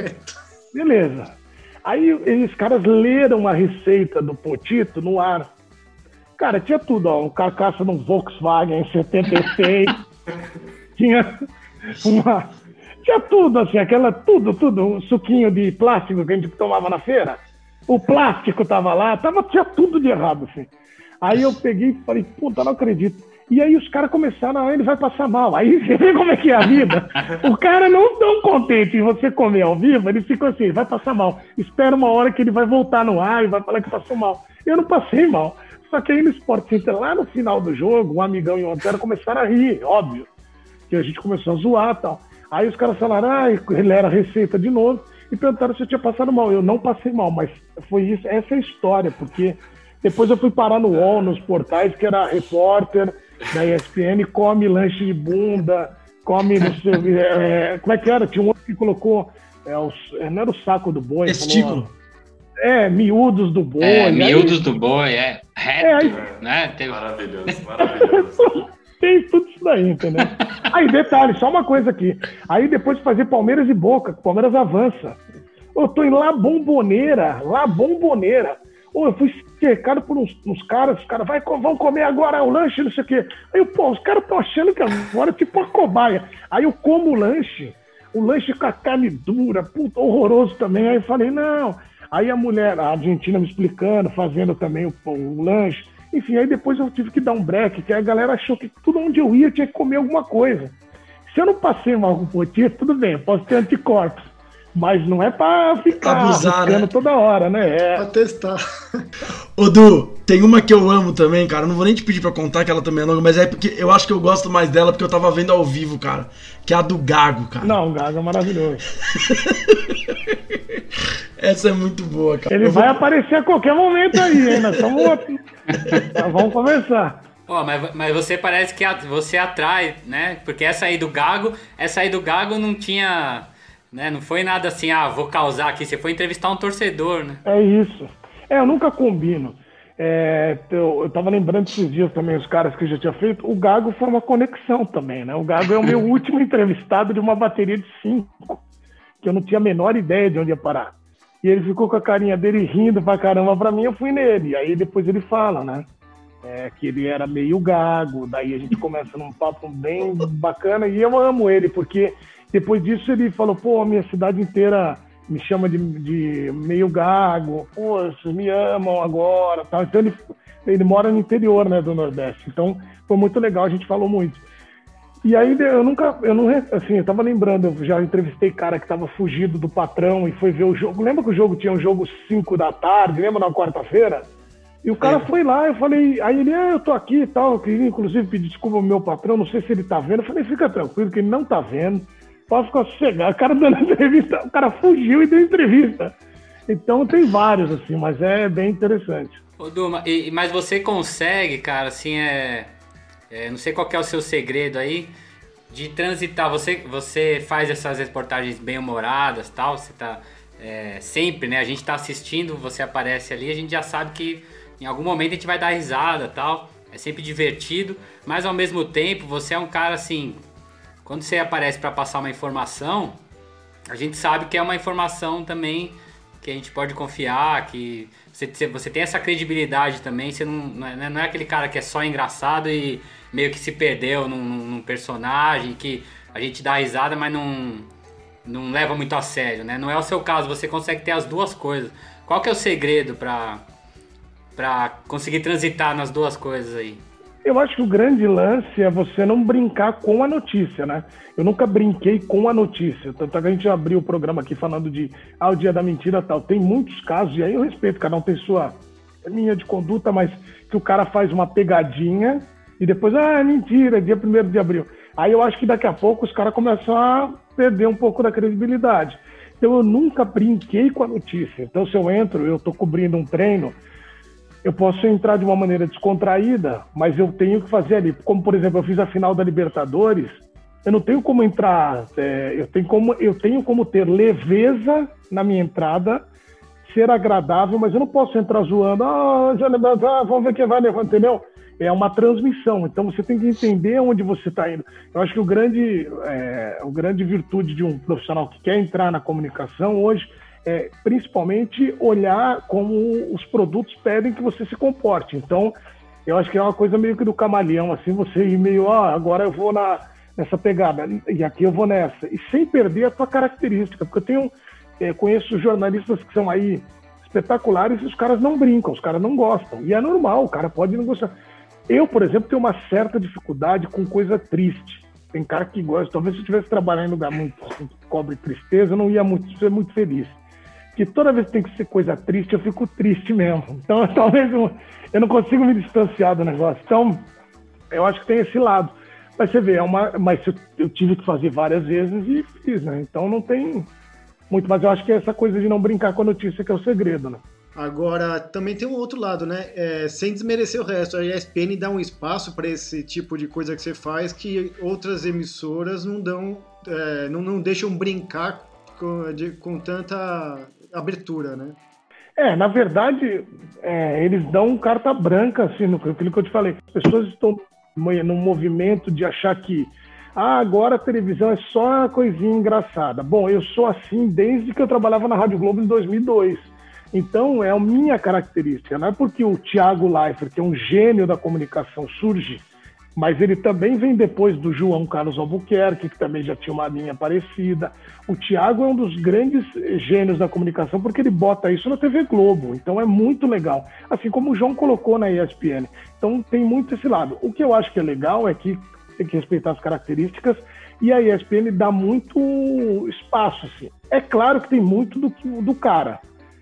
beleza. Aí esses caras leram a receita do potito no ar. Cara, tinha tudo, ó, um carcaça num Volkswagen em setenta e seis, tinha uma... Tinha tudo, assim, aquela, tudo, tudo, um suquinho de plástico que a gente tomava na feira. O plástico tava lá, tava, tinha tudo de errado, assim. Aí eu peguei e falei, puta, não acredito. E aí os caras começaram, ah, ele vai passar mal. Aí você vê como é que é a vida. O cara não tão contente em você comer ao vivo, ele ficou assim, vai passar mal. Espera uma hora que ele vai voltar no ar e vai falar que passou mal. Eu não passei mal. Só que aí no Sport Center, lá no final do jogo, um amigão e um outro começaram a rir, óbvio. Que a gente começou a zoar e tal. Aí os caras falaram, ah, ele era receita de novo. E perguntaram se eu tinha passado mal. Eu não passei mal, mas foi isso, essa é a história, porque depois eu fui parar no U O L, nos portais, que era repórter da E S P N, come lanche de bunda, come, não sei, é, como é que era? Tinha um outro que colocou, é, o, não era o saco do boi. Testículo. Falou, é, miúdos do boi. É, miúdos aí, do boi, é. Reto, é, aí, né? Tem... Maravilhoso, maravilhoso. Tem tudo isso daí, entendeu? Aí, detalhe, só uma coisa aqui. Aí depois de fazer Palmeiras e Boca, Palmeiras avança. Eu tô em La Bombonera, La Bombonera. Ô, eu fui cercado por uns, uns caras, os caras, vai, vão comer agora o lanche, não sei o quê. Aí, pô, os caras estão achando que agora é tipo uma cobaia. Aí eu como o lanche, o lanche com a carne dura, puta, horroroso também. Aí eu falei, não. Aí a mulher, a argentina me explicando, fazendo também o, o lanche. Enfim, aí depois eu tive que dar um break, que a galera achou que tudo onde eu ia eu tinha que comer alguma coisa. Se eu não passei mal com o potito, tudo bem, eu posso ter anticorpos. Mas não é pra ficar abusar, né? toda hora, né? É. Pra testar. Ô, Du, tem uma que eu amo também, cara. Eu não vou nem te pedir pra contar, que ela também é longa, mas é porque eu acho que eu gosto mais dela porque eu tava vendo ao vivo, cara. Que é a do Gago, cara. Não, o Gago é maravilhoso. Essa é muito boa, cara. Ele eu vai vou... aparecer a qualquer momento aí, hein? Nós estamos... Nós vamos conversar. Ó, oh, mas, mas você parece que a, você atrai, né? Porque essa aí do Gago, essa aí do Gago não tinha... Né? Não foi nada assim, ah, vou causar aqui. Você foi entrevistar um torcedor, né? É isso. É, eu nunca combino. É, eu, eu tava lembrando esses dias também, os caras que eu já tinha feito. O Gago foi uma conexão também, né? O Gago é o meu último entrevistado de uma bateria de cinco, que eu não tinha a menor ideia de onde ia parar. E ele ficou com a carinha dele rindo pra caramba pra mim, eu fui nele. Aí depois ele fala, né? É, que ele era meio gago, daí a gente começa num papo bem bacana. E eu amo ele, porque... Depois disso ele falou, pô, a minha cidade inteira me chama de, de meio gago, pô, vocês me amam agora, tal. Então ele, ele mora no interior, né, do Nordeste, então foi muito legal, a gente falou muito. E aí eu nunca, eu não, assim, eu tava lembrando, eu já entrevistei cara que tava fugido do patrão e foi ver o jogo, lembra que o jogo tinha um jogo cinco da tarde, lembra na quarta-feira? E o cara foi lá, eu falei, aí ele, ah, eu tô aqui e tal, eu queria inclusive pedir desculpa ao meu patrão, não sei se ele tá vendo, eu falei, fica tranquilo que ele não tá vendo. Pode ficar sossegado. O cara dando entrevista, o cara fugiu e deu entrevista. Então tem vários, assim, mas é bem interessante. Ô, Duma, e, mas você consegue, cara, assim, é, é... Não sei qual que é o seu segredo aí, de transitar. Você, você faz essas reportagens bem-humoradas e tal, você tá é, sempre, né? A gente tá assistindo, você aparece ali, a gente já sabe que em algum momento a gente vai dar risada e tal. É sempre divertido, mas ao mesmo tempo você é um cara, assim... Quando você aparece para passar uma informação, a gente sabe que é uma informação também que a gente pode confiar, que você, você tem essa credibilidade também, você não, não, é, não é aquele cara que é só engraçado e meio que se perdeu num, num personagem, que a gente dá risada, mas não, não leva muito a sério, né? Não é o seu caso, você consegue ter as duas coisas. Qual que é o segredo para para conseguir transitar nas duas coisas aí? Eu acho que o grande lance é você não brincar com a notícia, né? Eu nunca brinquei com a notícia. Tanto é que a gente abriu o programa aqui falando de ah, o dia da mentira e tal. Tem muitos casos, e aí eu respeito, cada um tem sua linha de conduta, mas que o cara faz uma pegadinha e depois, ah, é mentira, dia primeiro de abril. Aí eu acho que daqui a pouco os caras começam a perder um pouco da credibilidade. Então eu nunca brinquei com a notícia. Então se eu entro, eu tô cobrindo um treino, eu posso entrar de uma maneira descontraída, mas eu tenho que fazer ali. Como, por exemplo, eu fiz a final da Libertadores, eu não tenho como entrar, é, eu, tenho como, eu tenho como ter leveza na minha entrada, ser agradável, mas eu não posso entrar zoando, ah, já levantar, vamos ver quem vai levantar, entendeu? É uma transmissão, então você tem que entender onde você está indo. Eu acho que o grande, é, o grande virtude de um profissional que quer entrar na comunicação hoje é principalmente olhar como os produtos pedem que você se comporte. Então, eu acho que é uma coisa meio que do camaleão, assim, você ir meio, ah, agora eu vou na, nessa pegada, e aqui eu vou nessa, e sem perder a tua característica, porque eu tenho, é, conheço jornalistas que são aí espetaculares e os caras não brincam, os caras não gostam, e é normal, o cara pode não gostar. Eu, por exemplo, tenho uma certa dificuldade com coisa triste. Tem cara que gosta, talvez se eu estivesse trabalhando em lugar muito assim, que cobre tristeza, eu não ia muito, ser muito feliz. Porque toda vez que tem que ser coisa triste, eu fico triste mesmo. Então, talvez eu, eu não consigo me distanciar do negócio. Então, eu acho que tem esse lado. Mas você vê, é uma, mas eu, eu tive que fazer várias vezes e fiz, né? Então não tem muito. Mas eu acho que é essa coisa de não brincar com a notícia que é o segredo, né? Agora, também tem um outro lado, né? É, sem desmerecer o resto, a E S P N dá um espaço para esse tipo de coisa que você faz que outras emissoras não dão, é, não, não deixam brincar com, de, com tanta abertura, né? É, na verdade, é, eles dão carta branca, assim, no, aquilo que eu te falei. As pessoas estão num movimento de achar que ah, agora a televisão é só uma coisinha engraçada. Bom, eu sou assim desde que eu trabalhava na Rádio Globo em dois mil e dois. Então, é a minha característica. Não é porque o Thiago Leifert, que é um gênio da comunicação, surge, mas ele também vem depois do João Carlos Albuquerque, que também já tinha uma linha parecida. O Thiago é um dos grandes gênios da comunicação, porque ele bota isso na T V Globo. Então, é muito legal. Assim como o João colocou na E S P N. Então, tem muito esse lado. O que eu acho que é legal é que tem que respeitar as características e a E S P N dá muito espaço. Assim. É claro que tem muito do, do cara.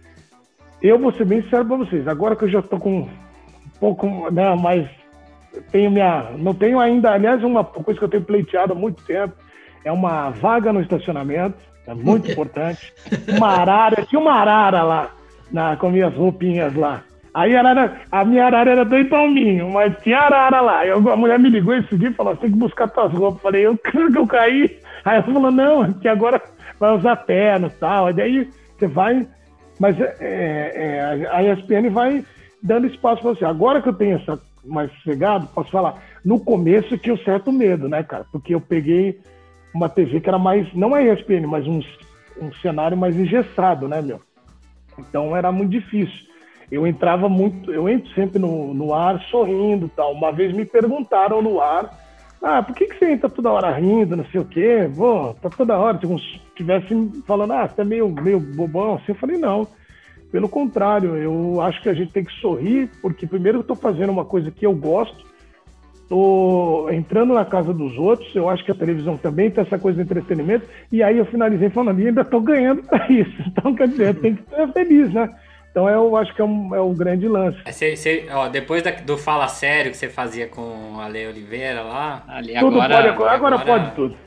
Eu vou ser bem sincero para vocês, agora que eu já estou com um pouco, né, mais, tenho minha, não tenho ainda, aliás, uma coisa que eu tenho pleiteado há muito tempo, é uma vaga no estacionamento, é muito importante, uma arara, tinha uma arara lá, na, com minhas roupinhas lá, aí a, arara, a minha arara era dois palminhos, mas tinha arara lá, eu, a mulher me ligou esse dia e falou, você tem que buscar tuas roupas, eu falei, eu creio que eu caí, aí ela falou, não, que agora vai usar terno e tal, e daí você vai... Mas é, é, a E S P N vai dando espaço para você. Agora que eu tenho essa mais sossegado, posso falar, no começo eu tinha um certo medo, né, cara? Porque eu peguei uma T V que era mais, não a E S P N, mas um, um cenário mais engessado, né, meu? Então era muito difícil. Eu entrava muito, eu entro sempre no, no ar sorrindo e tal. Uma vez me perguntaram no ar, ah, por que, que você entra toda hora rindo, não sei o quê? Pô, tá toda hora, se estivesse falando, ah, você é meio, meio bobão, assim, eu falei, não. Pelo contrário, eu acho que a gente tem que sorrir, porque primeiro eu tô fazendo uma coisa que eu gosto, tô entrando na casa dos outros, eu acho que a televisão também tem essa coisa de entretenimento, e aí eu finalizei falando, e ainda tô ganhando pra isso. Então, quer dizer, tem que ser feliz, né? Então eu acho que é um, é um grande lance. Cê, cê, ó, depois da, do Fala Sério que você fazia com a Lei Oliveira lá... Ali, tudo agora, pode, agora, agora pode tudo.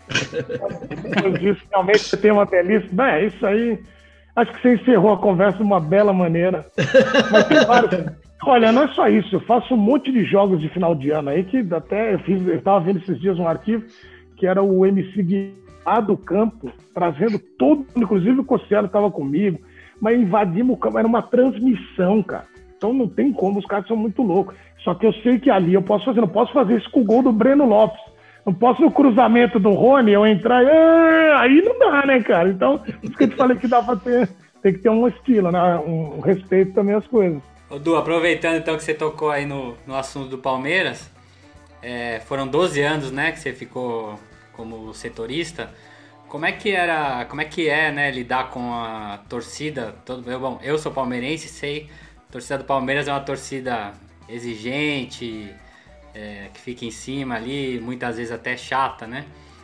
Depois disso, realmente você tem uma delícia. Bem, é isso aí. Acho que você encerrou a conversa de uma bela maneira. Mas tem vários... Olha, não é só isso. Eu faço um monte de jogos de final de ano aí, que até eu fiz, eu estava vendo esses dias um arquivo, que era o M C Gui lá do campo, trazendo todo, inclusive o Cossielo estava comigo, mas invadimos o campo, era uma transmissão, cara. Então não tem como, os caras são muito loucos. Só que eu sei que ali eu posso fazer, não posso fazer isso com o gol do Breno Lopes. Não posso no cruzamento do Rony, eu entrar, ah, aí não dá, né, cara? Então, por isso que eu te falei que dá pra ter, tem que ter um estilo, né? Um respeito também às coisas. Ô Du, aproveitando então que você tocou aí no, no assunto do Palmeiras, é, foram doze anos, né, que você ficou como setorista. Como é que era, como é que é, né, lidar com a torcida? Todo, eu, bom, eu sou palmeirense, sei, a torcida do Palmeiras é uma torcida exigente, é, que fica em cima ali, muitas vezes até chata, né?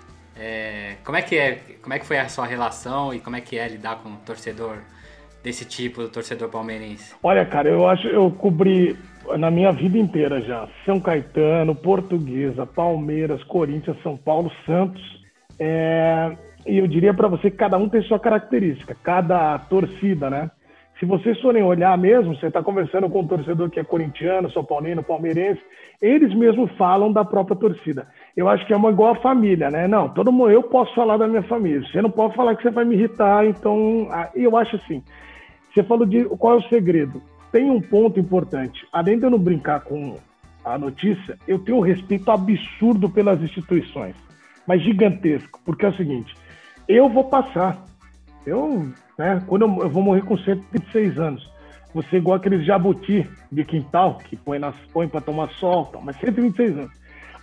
É, como é que é, como é que foi a sua relação e como é que é lidar com um torcedor desse tipo, do torcedor palmeirense? Olha, cara, eu acho eu cobri na minha vida inteira já São Caetano, Portuguesa, Palmeiras, Corinthians, São Paulo, Santos. É, e eu diria para você que cada um tem sua característica, cada torcida, né? Se vocês forem olhar mesmo, você está conversando com um torcedor que é corintiano, São Paulino, palmeirense, eles mesmos falam da própria torcida. Eu acho que é uma igual a família, né? Não, todo mundo, eu posso falar da minha família, você não pode falar que você vai me irritar, então, eu acho assim, você falou de qual é o segredo. Tem um ponto importante, além de eu não brincar com a notícia, eu tenho um respeito absurdo pelas instituições, mas gigantesco, porque é o seguinte, eu vou passar, eu... Né? Quando eu, eu vou morrer com cento e vinte e seis anos, você igual aqueles jabuti de quintal que põe, nas, põe para tomar sol, mas cento e vinte e seis anos.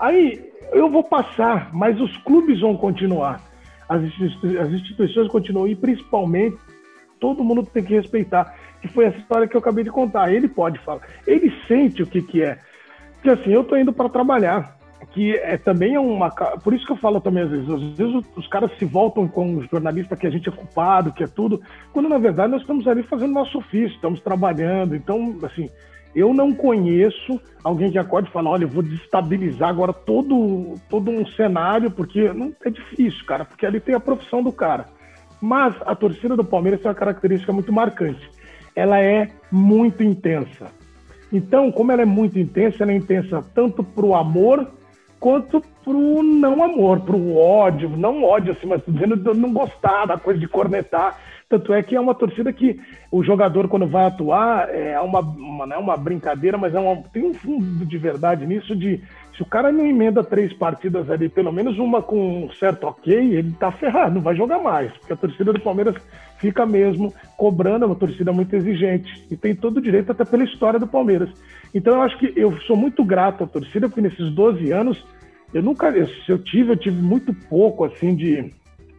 Aí eu vou passar, mas os clubes vão continuar, as, institui as instituições continuam e principalmente todo mundo tem que respeitar, que foi essa história que eu acabei de contar. Ele pode falar, ele sente o que, que é, porque assim, eu tô indo para trabalhar, que é, também é uma... Por isso que eu falo também às vezes, às vezes os, os caras se voltam com os jornalistas que a gente é culpado, que é tudo, quando na verdade nós estamos ali fazendo nosso ofício, estamos trabalhando, então, assim, eu não conheço alguém que acorde e fala, olha, eu vou desestabilizar agora todo, todo um cenário, porque não é difícil, cara, porque ali tem a profissão do cara. Mas a torcida do Palmeiras tem uma característica muito marcante, ela é muito intensa. Então, como ela é muito intensa, ela é intensa tanto pro amor quanto pro não amor, pro ódio, não ódio assim, mas dizendo de não gostar da coisa de cornetar. Tanto é que é uma torcida que o jogador, quando vai atuar, é uma, uma, não é uma brincadeira, mas é uma, tem um fundo de verdade nisso de se o cara não emenda três partidas ali, pelo menos uma com um certo ok, ele tá ferrado, não vai jogar mais, porque a torcida do Palmeiras fica mesmo cobrando, é uma torcida muito exigente e tem todo o direito até pela história do Palmeiras. Então eu acho que eu sou muito grato à torcida, porque nesses doze anos, eu nunca, eu, se eu tive, eu tive muito pouco, assim, de,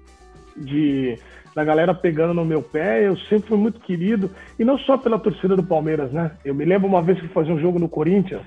de, da galera pegando no meu pé, eu sempre fui muito querido, e não só pela torcida do Palmeiras, né? Eu me lembro uma vez que eu fazia um jogo no Corinthians,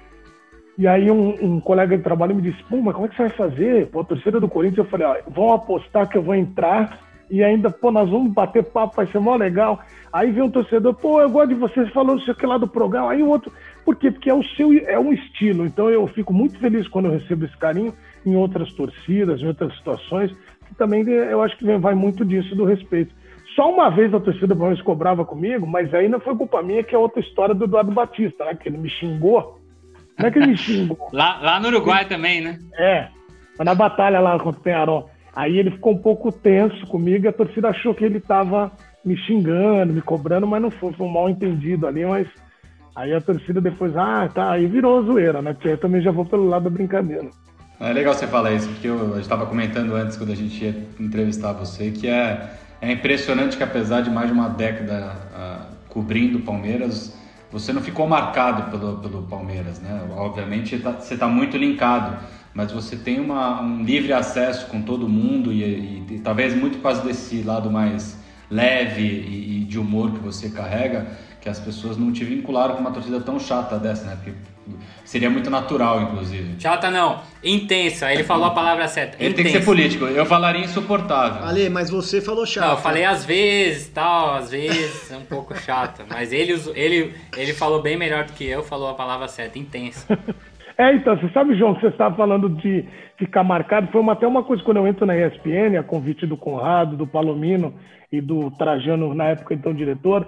e aí um, um colega de trabalho me disse, pô, mas como é que você vai fazer? Pô, a torcida do Corinthians, eu falei, ó, vão apostar que eu vou entrar, e ainda, pô, nós vamos bater papo, vai ser mó legal. Aí vem um torcedor, pô, eu gosto de vocês falando não sei o que lá do programa. Aí o outro, por quê? Porque é o seu, é um estilo. Então eu fico muito feliz quando eu recebo esse carinho em outras torcidas, em outras situações, que também eu acho que vai muito disso, do respeito. Só uma vez a torcida do Palmeiras cobrava comigo, mas aí não foi culpa minha, que é outra história do Eduardo Batista, né? Que ele me xingou. Não é que ele me xingou. lá, lá no Uruguai também, né? É, na batalha lá contra o Penharol. Aí ele ficou um pouco tenso comigo e a torcida achou que ele estava me xingando, me cobrando, mas não foi, foi um mal entendido ali, mas aí a torcida depois, ah, tá, aí virou zoeira, né? Porque eu também já vou pelo lado da brincadeira. É legal você falar isso, porque eu estava comentando antes, quando a gente ia entrevistar você, que é, é impressionante que apesar de mais de uma década uh, cobrindo o Palmeiras, você não ficou marcado pelo, pelo Palmeiras, né? Obviamente tá, você está muito linkado, mas você tem uma, um livre acesso com todo mundo e, e, e talvez muito por causa desse lado mais leve e, e de humor que você carrega, que as pessoas não te vincularam com uma torcida tão chata dessa, né? Porque seria muito natural, inclusive. Chata não, intensa, ele falou a palavra certa. Ele intensa. tem que ser político, eu falaria insuportável. Ale, mas você falou chato. Não, eu falei às vezes, tal, às vezes, é um pouco chata, mas ele, ele, ele falou bem melhor do que eu, falou a palavra certa, intensa. É, então, você sabe, João, que você estava falando de ficar marcado, foi uma, até uma coisa quando eu entro na E S P N, a convite do Conrado, do Palomino e do Trajano, na época, então, diretor,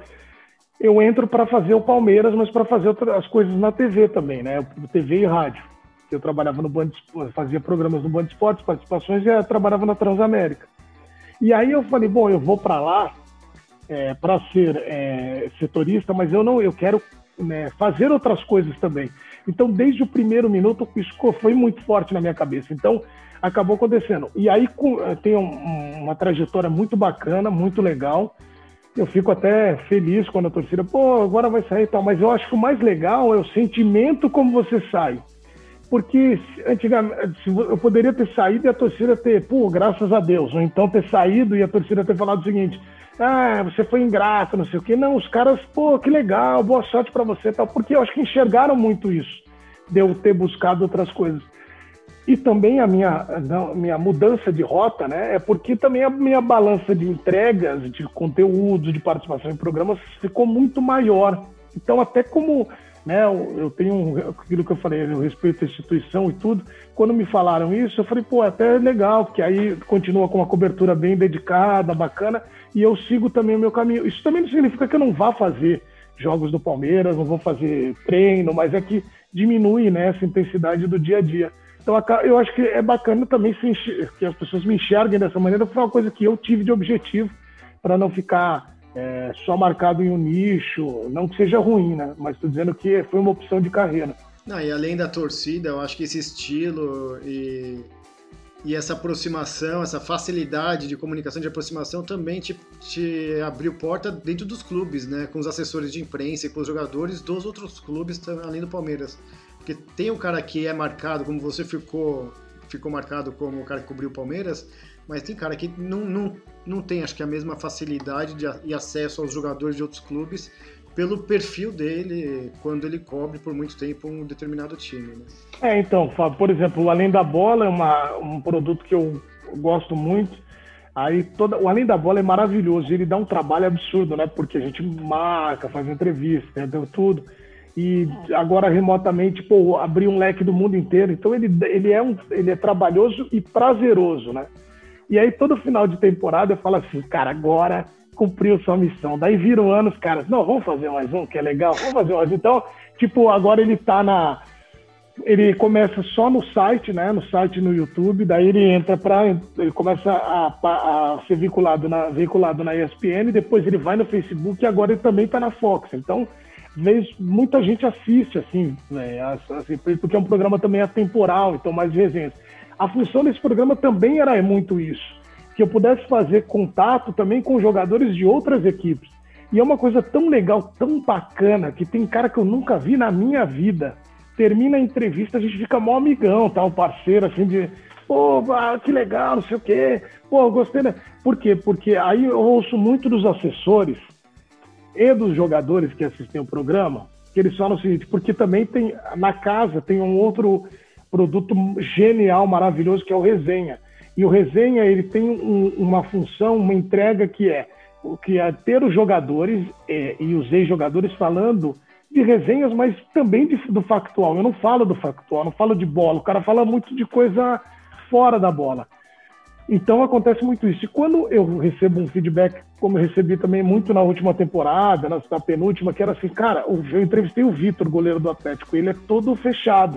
eu entro para fazer o Palmeiras, mas para fazer outras coisas na T V também, né, T V e rádio. Eu trabalhava no Band, fazia programas no Band Esportes, participações, e eu trabalhava na Transamérica. E aí eu falei, bom, eu vou para lá é, para ser é, setorista, mas eu não, eu quero né, fazer outras coisas também. Então, desde o primeiro minuto, isso foi muito forte na minha cabeça. Então, acabou acontecendo. E aí tem um, uma trajetória muito bacana, muito legal. Eu fico até feliz quando a torcida, pô, agora vai sair e tal. Mas eu acho que o mais legal é o sentimento como você sai. Porque antigamente eu poderia ter saído e a torcida ter, pô, graças a Deus. Ou então ter saído e a torcida ter falado o seguinte, ah, você foi ingrato, não sei o quê. Não, os caras, pô, que legal, boa sorte pra você e tal. Porque eu acho que enxergaram muito isso. de eu ter buscado outras coisas. E também a minha, a minha mudança de rota, né, é porque também a minha balança de entregas, de conteúdo, de participação em programas ficou muito maior. Então, até como, né, eu tenho aquilo que eu falei, eu respeito a instituição e tudo, quando me falaram isso, eu falei, pô, até é legal, porque aí continua com uma cobertura bem dedicada, bacana, e eu sigo também o meu caminho. Isso também não significa que eu não vá fazer jogos do Palmeiras, não vou fazer treino, mas é que diminui, né, essa intensidade do dia a dia. Então, eu acho que é bacana também que as pessoas me enxerguem dessa maneira, foi uma coisa que eu tive de objetivo, para não ficar é, só marcado em um nicho, não que seja ruim, né? Mas estou dizendo que foi uma opção de carreira. Não, e além da torcida, eu acho que esse estilo e, e essa aproximação, essa facilidade de comunicação, de aproximação, também te, te abriu porta dentro dos clubes, né? Com os assessores de imprensa e com os jogadores dos outros clubes, além do Palmeiras. Porque tem o cara que é marcado, como você ficou, ficou marcado como o cara que cobriu o Palmeiras, mas tem cara que não, não, não tem, acho que, a mesma facilidade de, e acesso aos jogadores de outros clubes pelo perfil dele quando ele cobre por muito tempo um determinado time. Né? É, então, Fábio, por exemplo, o Além da Bola é uma, um produto que eu gosto muito. Aí toda, o Além da Bola é maravilhoso, ele dá um trabalho absurdo, né? Porque a gente marca, faz entrevista, entendeu? Tudo. E agora remotamente, pô, abrir um leque do mundo inteiro. Então ele, ele, é um, ele é trabalhoso e prazeroso, né? E aí todo final de temporada eu falo assim, cara, agora cumpriu sua missão. Daí vira o ano, os caras, não, vamos fazer mais um, que é legal, vamos fazer mais um. Então, tipo, agora ele tá na... Ele começa só no site, né? No site no YouTube, daí ele entra para... Ele começa a, a, a ser veiculado na, veiculado na E S P N, depois ele vai no Facebook e agora ele também tá na Fox. Então... Vez, muita gente assiste, assim, né, assim, porque é um programa também atemporal, então mais resenhas. A função desse programa também era muito isso, que eu pudesse fazer contato também com jogadores de outras equipes. E é uma coisa tão legal, tão bacana, que tem cara que eu nunca vi na minha vida. Termina a entrevista, a gente fica mó amigão, tá? Um parceiro, assim, de... Pô, que legal, não sei o quê. Pô, gostei, né? Por quê? Porque aí eu ouço muito dos assessores e dos jogadores que assistem o programa, que eles falam o seguinte, porque também tem, na casa, tem um outro produto genial, maravilhoso, que é o Resenha. E o Resenha, ele tem um, uma função, uma entrega que é, que é ter os jogadores e, e os ex-jogadores falando de resenhas, mas também de, do factual. Eu não falo do factual, não falo de bola. O cara fala muito de coisa fora da bola. Então acontece muito isso. E quando eu recebo um feedback, como eu recebi também muito na última temporada, na, na penúltima, que era assim, cara, eu entrevistei o Vitor, goleiro do Atlético, ele é todo fechado.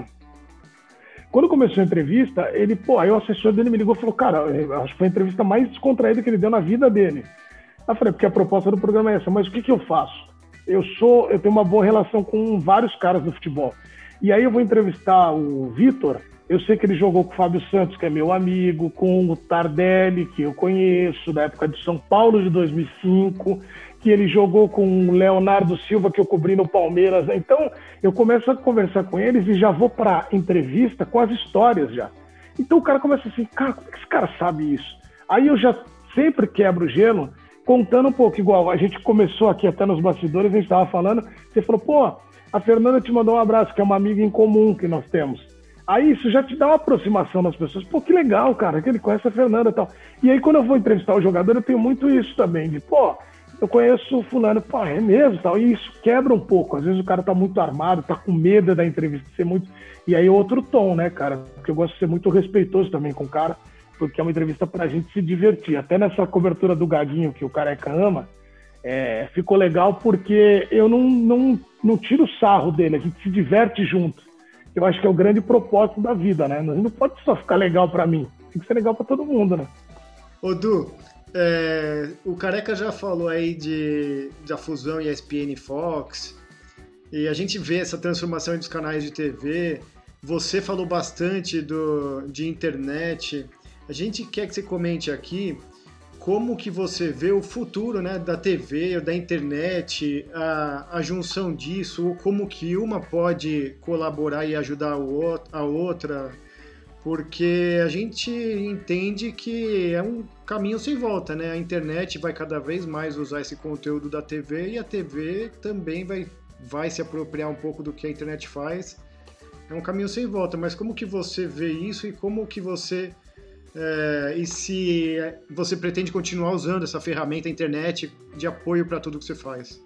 Quando começou a entrevista, ele, pô, aí o assessor dele me ligou e falou, cara, acho que foi a entrevista mais descontraída que ele deu na vida dele. Aí eu falei, porque a proposta do programa é essa, mas o que que eu faço? Eu sou, eu tenho uma boa relação com vários caras do futebol. E aí eu vou entrevistar o Vitor. Eu sei que ele jogou com o Fábio Santos, que é meu amigo, com o Tardelli, que eu conheço, da época de São Paulo de dois mil e cinco, que ele jogou com o Leonardo Silva, que eu cobri no Palmeiras. Então, eu começo a conversar com eles e já vou para a entrevista com as histórias já. Então o cara começa assim, cara, como é que esse cara sabe isso? Aí eu já sempre quebro o gelo, contando um pouco, igual a gente começou aqui até nos bastidores, a gente estava falando, você falou, pô, a Fernanda te mandou um abraço, que é uma amiga em comum que nós temos. Aí isso já te dá uma aproximação das pessoas. Pô, que legal, cara, que ele conhece a Fernanda e tal. E aí quando eu vou entrevistar o jogador, eu tenho muito isso também, de pô, eu conheço o fulano, pô, é mesmo tal. E isso quebra um pouco. Às vezes o cara tá muito armado, tá com medo da entrevista ser muito... E aí outro tom, né, cara? Porque eu gosto de ser muito respeitoso também com o cara, porque é uma entrevista pra gente se divertir. Até nessa cobertura do Gaguinho, que o Careca ama, é, ficou legal porque eu não, não, não tiro sarro dele, a gente se diverte junto. Eu acho que é o grande propósito da vida, né? Não pode só ficar legal pra mim, tem que ser legal pra todo mundo, né? Ô, Du, é, o Careca já falou aí de, da fusão E S P N e Fox, e a gente vê essa transformação dos canais de T V, você falou bastante do, de internet, a gente quer que você comente aqui como que você vê o futuro, né, da T V, da internet, a, a junção disso, ou como que uma pode colaborar e ajudar o, a outra, porque a gente entende que é um caminho sem volta, né? A internet vai cada vez mais usar esse conteúdo da T V e a T V também vai, vai se apropriar um pouco do que a internet faz é um caminho sem volta, mas como que você vê isso e como que você é, e se você pretende continuar usando essa ferramenta, a internet, de apoio para tudo que você faz?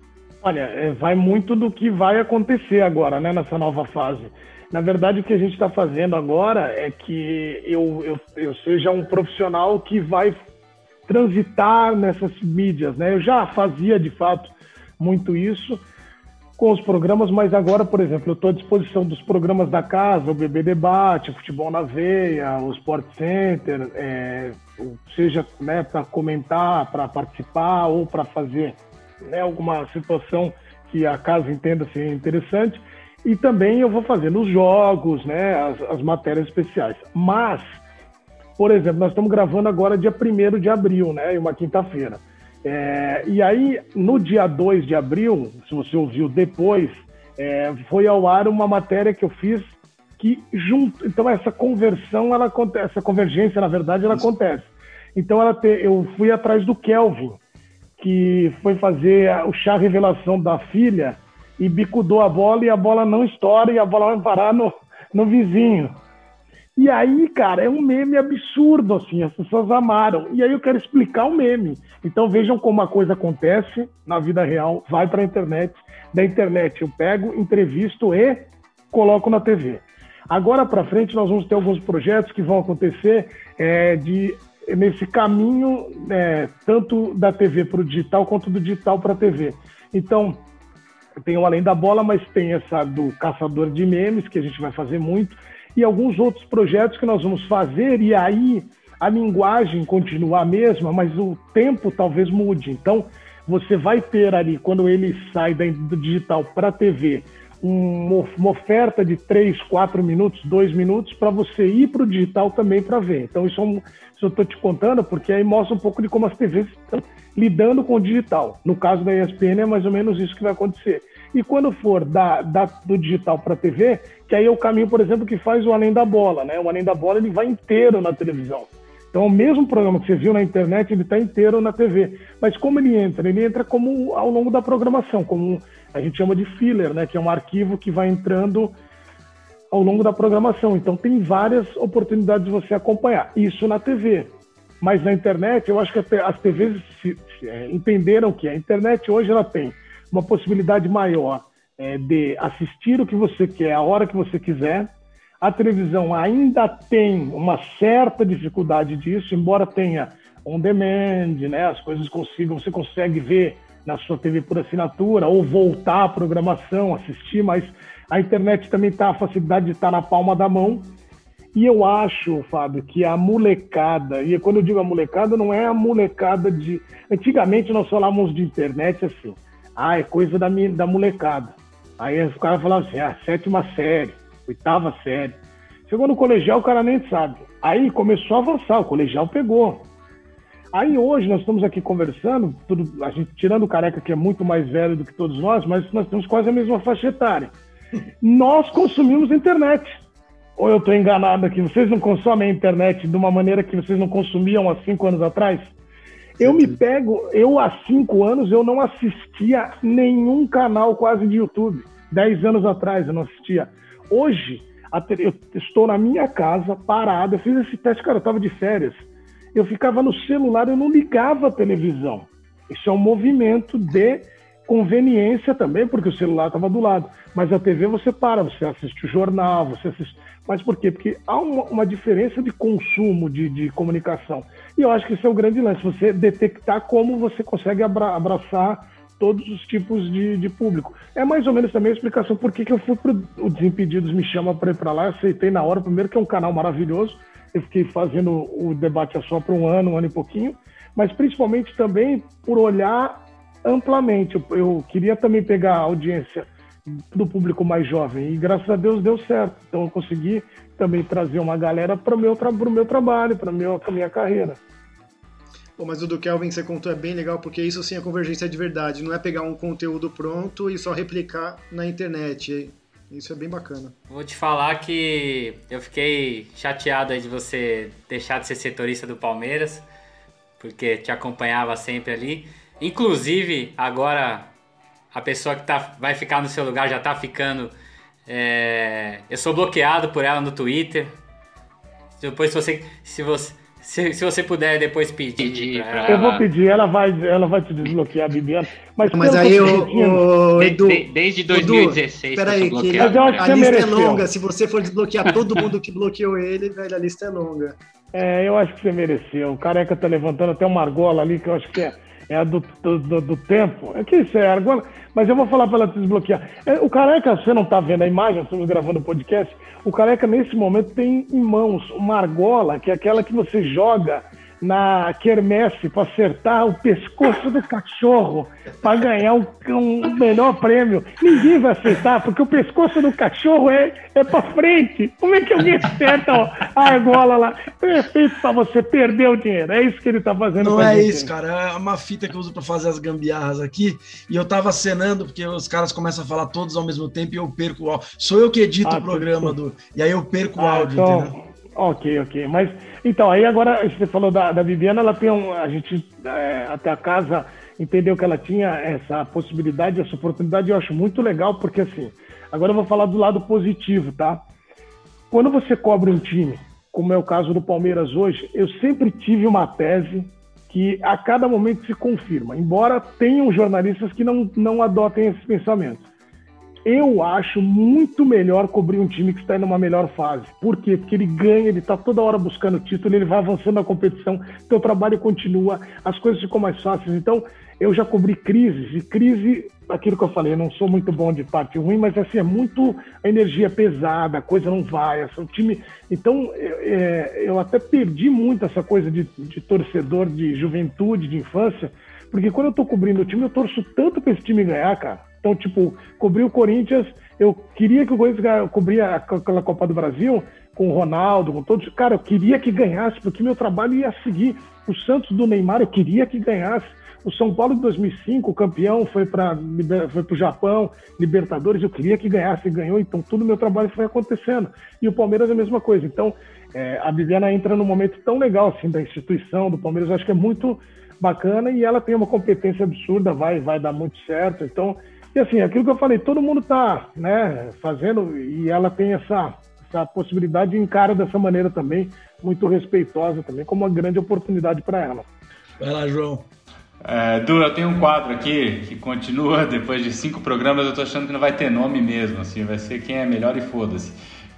Olha, vai muito do que vai acontecer agora, né, nessa nova fase. Na verdade, o que a gente está fazendo agora é que eu, eu, eu seja um profissional que vai transitar nessas mídias, né? Eu já fazia, de fato, muito isso com os programas, mas agora, por exemplo, eu estou à disposição dos programas da casa, o B B Debate, o Futebol na Veia, o Sport Center, é, seja, né, para comentar, para participar ou para fazer, né, alguma situação que a casa entenda ser interessante. E também eu vou fazer nos jogos, né, as, as matérias especiais. Mas, por exemplo, nós estamos gravando agora dia primeiro de abril, né, uma quinta-feira. É, e aí, no dia dois de abril, se você ouviu depois, é, foi ao ar uma matéria que eu fiz que junto... Então, essa conversão, ela acontece, essa convergência, na verdade, ela acontece. Então, ela te, eu fui atrás do Kelvin, que foi fazer o chá revelação da filha e bicudou a bola e a bola não estoura e a bola vai parar no, no vizinho. E aí, cara, é um meme absurdo, assim, as pessoas amaram. E aí eu quero explicar o meme. Então vejam como a coisa acontece na vida real, vai para a internet. Da internet eu pego, entrevisto e coloco na T V. Agora para frente nós vamos ter alguns projetos que vão acontecer é, de, nesse caminho, é, tanto da T V para o digital quanto do digital para a T V. Então, tem o Além da Bola, mas tem essa do Caçador de Memes, que a gente vai fazer muito, e alguns outros projetos que nós vamos fazer, e aí a linguagem continua a mesma, mas o tempo talvez mude. Então, você vai ter ali, quando ele sai do digital para a T V, um, uma oferta de três, quatro minutos, dois minutos, para você ir para o digital também para ver. Então, isso, é um, isso eu estou te contando, porque aí mostra um pouco de como as T Vs estão lidando com o digital. No caso da E S P N, é mais ou menos isso que vai acontecer. E quando for da, da, do digital para a T V, que aí é o caminho, por exemplo, que faz o Além da Bola, né? O Além da Bola, ele vai inteiro na televisão. Então, o mesmo programa que você viu na internet, ele está inteiro na T V. Mas como ele entra? Ele entra como ao longo da programação, como a gente chama de filler, né? Que é um arquivo que vai entrando ao longo da programação. Então, tem várias oportunidades de você acompanhar. Isso na T V. Mas na internet, eu acho que as T Vs se, se, é, entenderam que a internet hoje ela tem uma possibilidade maior é, de assistir o que você quer, a hora que você quiser. A televisão ainda tem uma certa dificuldade disso, embora tenha on demand, né? As coisas consigam, você consegue ver na sua T V por assinatura ou voltar à programação, assistir, mas a internet também está, a facilidade de estar na palma da mão. E eu acho, Fábio, que a molecada, e quando eu digo a molecada, não é a molecada de... Antigamente nós falávamos de internet assim, ah, é coisa da, da molecada. Aí os caras falavam assim, ah, sétima série, oitava série. Chegou no colegial, o cara nem sabe. Aí começou a avançar, o colegial pegou. Aí hoje nós estamos aqui conversando, tudo, a gente tirando o Careca, que é muito mais velho do que todos nós, mas nós temos quase a mesma faixa etária. Nós consumimos internet. Ou eu estou enganado aqui? Vocês não consomem a internet de uma maneira que vocês não consumiam há cinco anos atrás? Eu me pego, eu há cinco anos eu não assistia nenhum canal quase de YouTube. Dez anos atrás eu não assistia. Hoje, eu estou na minha casa, parado, eu fiz esse teste, cara, eu estava de férias. Eu ficava no celular, eu não ligava a televisão. Isso é um movimento de conveniência também, porque o celular estava do lado. Mas a T V você para, você assiste o jornal, você assiste... Mas por quê? Porque há uma, uma diferença de consumo de, de comunicação. E eu acho que esse é o grande lance, você detectar como você consegue abra, abraçar todos os tipos de, de público. É mais ou menos também a explicação por que eu fui para o Desimpedidos, me chama para ir para lá, eu aceitei na hora, primeiro que é um canal maravilhoso, eu fiquei fazendo o Debate é Só por um ano, um ano e pouquinho, mas principalmente também por olhar amplamente. Eu, eu queria também pegar a audiência do público mais jovem e graças a Deus deu certo. Então eu consegui também trazer uma galera para o meu, tra- meu trabalho, para a minha carreira. Pô, mas o do Kelvin que você contou é bem legal, porque isso sim é convergência de verdade, não é pegar um conteúdo pronto e só replicar na internet. Isso é bem bacana. Vou te falar que eu fiquei chateado aí de você deixar de ser setorista do Palmeiras, porque te acompanhava sempre ali. Inclusive, agora a pessoa que tá, vai ficar no seu lugar já está ficando É, eu sou bloqueado por ela no Twitter. Depois, se você, se você, se, se você puder depois pedir pra ela. Eu vou pedir, ela vai, ela vai te desbloquear, Bibiana. Mas, mas aí, o, o Edu... De, desde dois mil e dezesseis, Edu, peraí, que mas eu acho que a você lista mereceu. é longa. Se você for desbloquear todo mundo que bloqueou ele, velho, a lista é longa. É, eu acho que você mereceu. O Careca tá levantando até uma argola ali, que eu acho que é, é a do, do, do, do tempo. É que isso é argola, mas eu vou falar para ela te desbloquear. É, o Careca, você não tá vendo a imagem, estamos gravando o podcast, o Careca nesse momento tem em mãos uma argola, que é aquela que você joga na quermesse para acertar o pescoço do cachorro para ganhar um, um melhor prêmio. Ninguém vai aceitar, porque o pescoço do cachorro é, é para frente. Como é que alguém acerta ó, a argola lá? É feito para você perder o dinheiro. É isso que ele tá fazendo. Não é isso, cara. É uma fita que eu uso para fazer as gambiarras aqui. E eu tava acenando, porque os caras começam a falar todos ao mesmo tempo e eu perco o áudio. Sou eu que edito ah, o programa do. E aí eu perco ah, o áudio, então... entendeu? Ok, ok. Mas, então, aí agora você falou da, da Bibiana, ela tem um... A gente, é, até a casa, entendeu que ela tinha essa possibilidade, essa oportunidade, eu acho muito legal, porque assim, agora eu vou falar do lado positivo, tá? Quando você cobre um time, como é o caso do Palmeiras hoje, eu sempre tive uma tese que a cada momento se confirma, embora tenham jornalistas que não, não adotem esse pensamento. Eu acho muito melhor cobrir um time que está em uma melhor fase. Por quê? Porque ele ganha, ele está toda hora buscando título, ele vai avançando na competição, seu trabalho continua, as coisas ficam mais fáceis. Então, eu já cobri crises, e crise, aquilo que eu falei, eu não sou muito bom de parte ruim, mas assim, é muito a energia pesada, a coisa não vai, o time... Então, é, eu até perdi muito essa coisa de, de torcedor, de juventude, de infância, porque quando eu estou cobrindo o time, eu torço tanto para esse time ganhar, cara. Então, tipo, cobri o Corinthians, eu queria que o Corinthians cobria aquela Copa do Brasil com o Ronaldo, com todos. Cara, eu queria que ganhasse, porque meu trabalho ia seguir. O Santos do Neymar, eu queria que ganhasse. O São Paulo de dois mil e cinco, o campeão, foi para foi o Japão, Libertadores, eu queria que ganhasse e ganhou, então tudo meu trabalho foi acontecendo. E o Palmeiras é a mesma coisa. Então, é, a Bibiana entra num momento tão legal assim, da instituição do Palmeiras, eu acho que é muito bacana e ela tem uma competência absurda, vai, vai dar muito certo. Então, e assim, aquilo que eu falei, todo mundo está, né, fazendo e ela tem essa, essa possibilidade e encara dessa maneira também, muito respeitosa também, como uma grande oportunidade para ela. Vai lá, João. É, Du, eu tenho um quadro aqui que continua, depois de cinco programas, eu tô achando que não vai ter nome mesmo, assim, vai ser Quem é Melhor e Foda-se.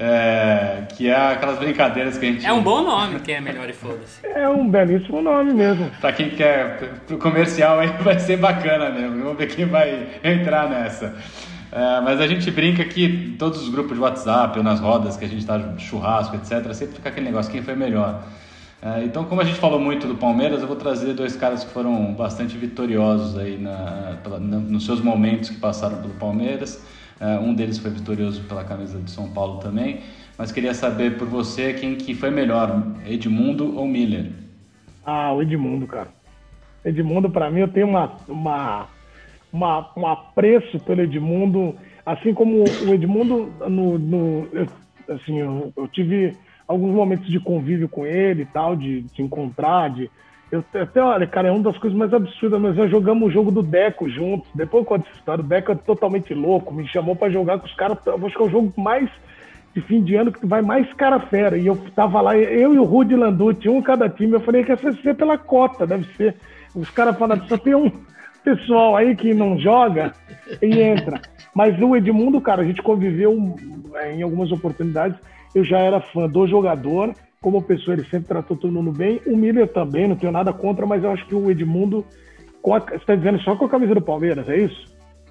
É, que é aquelas brincadeiras que a gente... É um bom nome, Quem é Melhor e Foda-se. É um belíssimo nome mesmo. Pra quem quer, pro comercial aí vai ser bacana mesmo, vamos ver quem vai entrar nessa. É, mas a gente brinca que em todos os grupos de WhatsApp ou nas rodas que a gente tá churrasco, etcétera, sempre fica aquele negócio, quem foi melhor. É, então, como a gente falou muito do Palmeiras, eu vou trazer dois caras que foram bastante vitoriosos aí na, na, nos seus momentos que passaram pelo Palmeiras. Uh, um deles foi vitorioso pela camisa de São Paulo também, mas queria saber por você quem que foi melhor, Edmundo ou Miller? Ah, o Edmundo, cara. Edmundo, para mim, eu tenho uma, uma, uma, um apreço pelo Edmundo, assim como o Edmundo, no, no, eu, assim, eu, eu tive alguns momentos de convívio com ele e tal, de se encontrar, de... Eu, até, olha, cara, é uma das coisas mais absurdas, mas nós jogamos o jogo do Deco juntos. Depois eu conto essa história, o Deco é totalmente louco, me chamou pra jogar com os caras. Acho que é o jogo mais de fim de ano que vai mais cara fera. E eu tava lá, eu e o Rudy Landucci, um cada time. Eu falei que essa deve ser pela cota, deve ser. Os caras falaram, só tem um pessoal aí que não joga e entra. Mas o Edmundo, cara, a gente conviveu em algumas oportunidades. Eu já era fã do jogador. Como pessoa, ele sempre tratou todo mundo bem. O Miller também, não tenho nada contra, mas eu acho que o Edmundo, com a, você está dizendo só com a camisa do Palmeiras, é isso?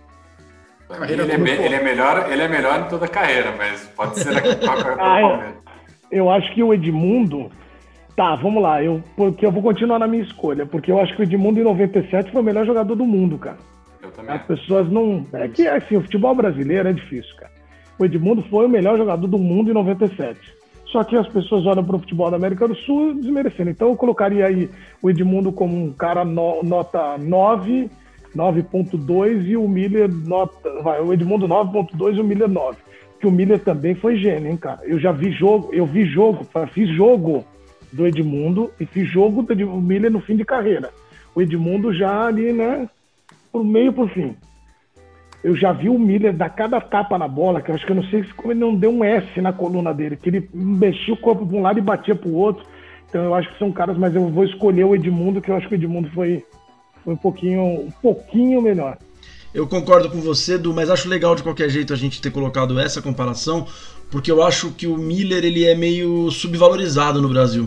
Ele é, me, ele, é melhor, ele é melhor em toda a carreira, mas pode ser aqui com a camisa do Palmeiras. Eu acho que o Edmundo... Tá, vamos lá, eu, porque eu vou continuar na minha escolha, porque eu acho que o Edmundo em noventa e sete foi o melhor jogador do mundo, cara. Eu também. As pessoas não... É que, assim, o futebol brasileiro é difícil, cara. O Edmundo foi o melhor jogador do mundo em noventa e sete. Só que as pessoas olham para o futebol da América do Sul desmerecendo. Então eu colocaria aí o Edmundo como um cara no, nota nove, nove ponto dois e o Miller nota... Vai, o Edmundo nove ponto dois e o Miller nove. Porque o Miller também foi gênio, hein, cara? Eu já vi jogo, eu vi jogo, fiz jogo do Edmundo e fiz jogo do Miller no fim de carreira. O Edmundo já ali, né, por meio por fim. eu já vi o Miller dar cada tapa na bola, que eu acho que eu não sei como ele não deu um S na coluna dele, que ele mexia o corpo para um lado e batia para o outro. Então eu acho que são caras, mas eu vou escolher o Edmundo, que eu acho que o Edmundo foi, foi um, pouquinho, um pouquinho melhor. Eu concordo com você, Du, mas acho legal de qualquer jeito a gente ter colocado essa comparação, porque eu acho que o Miller ele é meio subvalorizado no Brasil.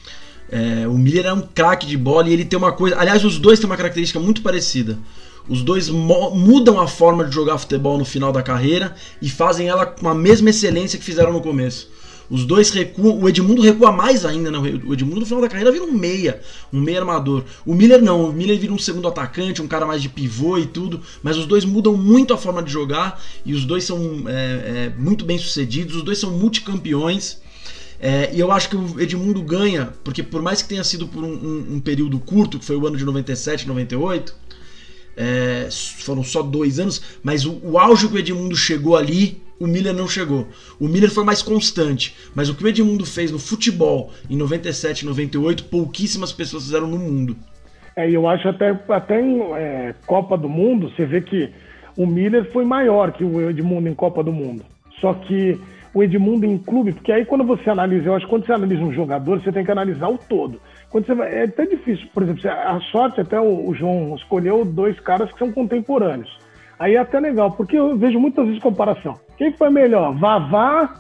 É, o Miller é um craque de bola e ele tem uma coisa... Aliás, os dois têm uma característica muito parecida. Os dois mo- mudam a forma de jogar futebol no final da carreira e fazem ela com a mesma excelência que fizeram no começo. Os dois recuam, o Edmundo recua mais ainda, né? O Edmundo no final da carreira vira um meia, um meia armador. O Miller não, o Miller vira um segundo atacante, um cara mais de pivô e tudo, mas os dois mudam muito a forma de jogar e os dois são é, é, muito bem sucedidos, os dois são multicampeões. É, e eu acho que o Edmundo ganha, porque por mais que tenha sido por um, um, um período curto, que foi o ano de noventa e sete, noventa e oito, é, foram só dois anos, mas o, o auge que o Edmundo chegou ali, o Miller não chegou. O Miller foi mais constante, mas o que o Edmundo fez no futebol em noventa e sete, noventa e oito, pouquíssimas pessoas fizeram no mundo. É, eu acho até, até em é, Copa do Mundo, você vê que o Miller foi maior que o Edmundo em Copa do Mundo. Só que o Edmundo em clube, porque aí quando você analisa, eu acho que quando você analisa um jogador, você tem que analisar o todo. Quando você vai, é até difícil, por exemplo, a sorte, até o, o João escolheu dois caras que são contemporâneos. Aí é até legal, porque eu vejo muitas vezes comparação. Quem foi melhor, Vavá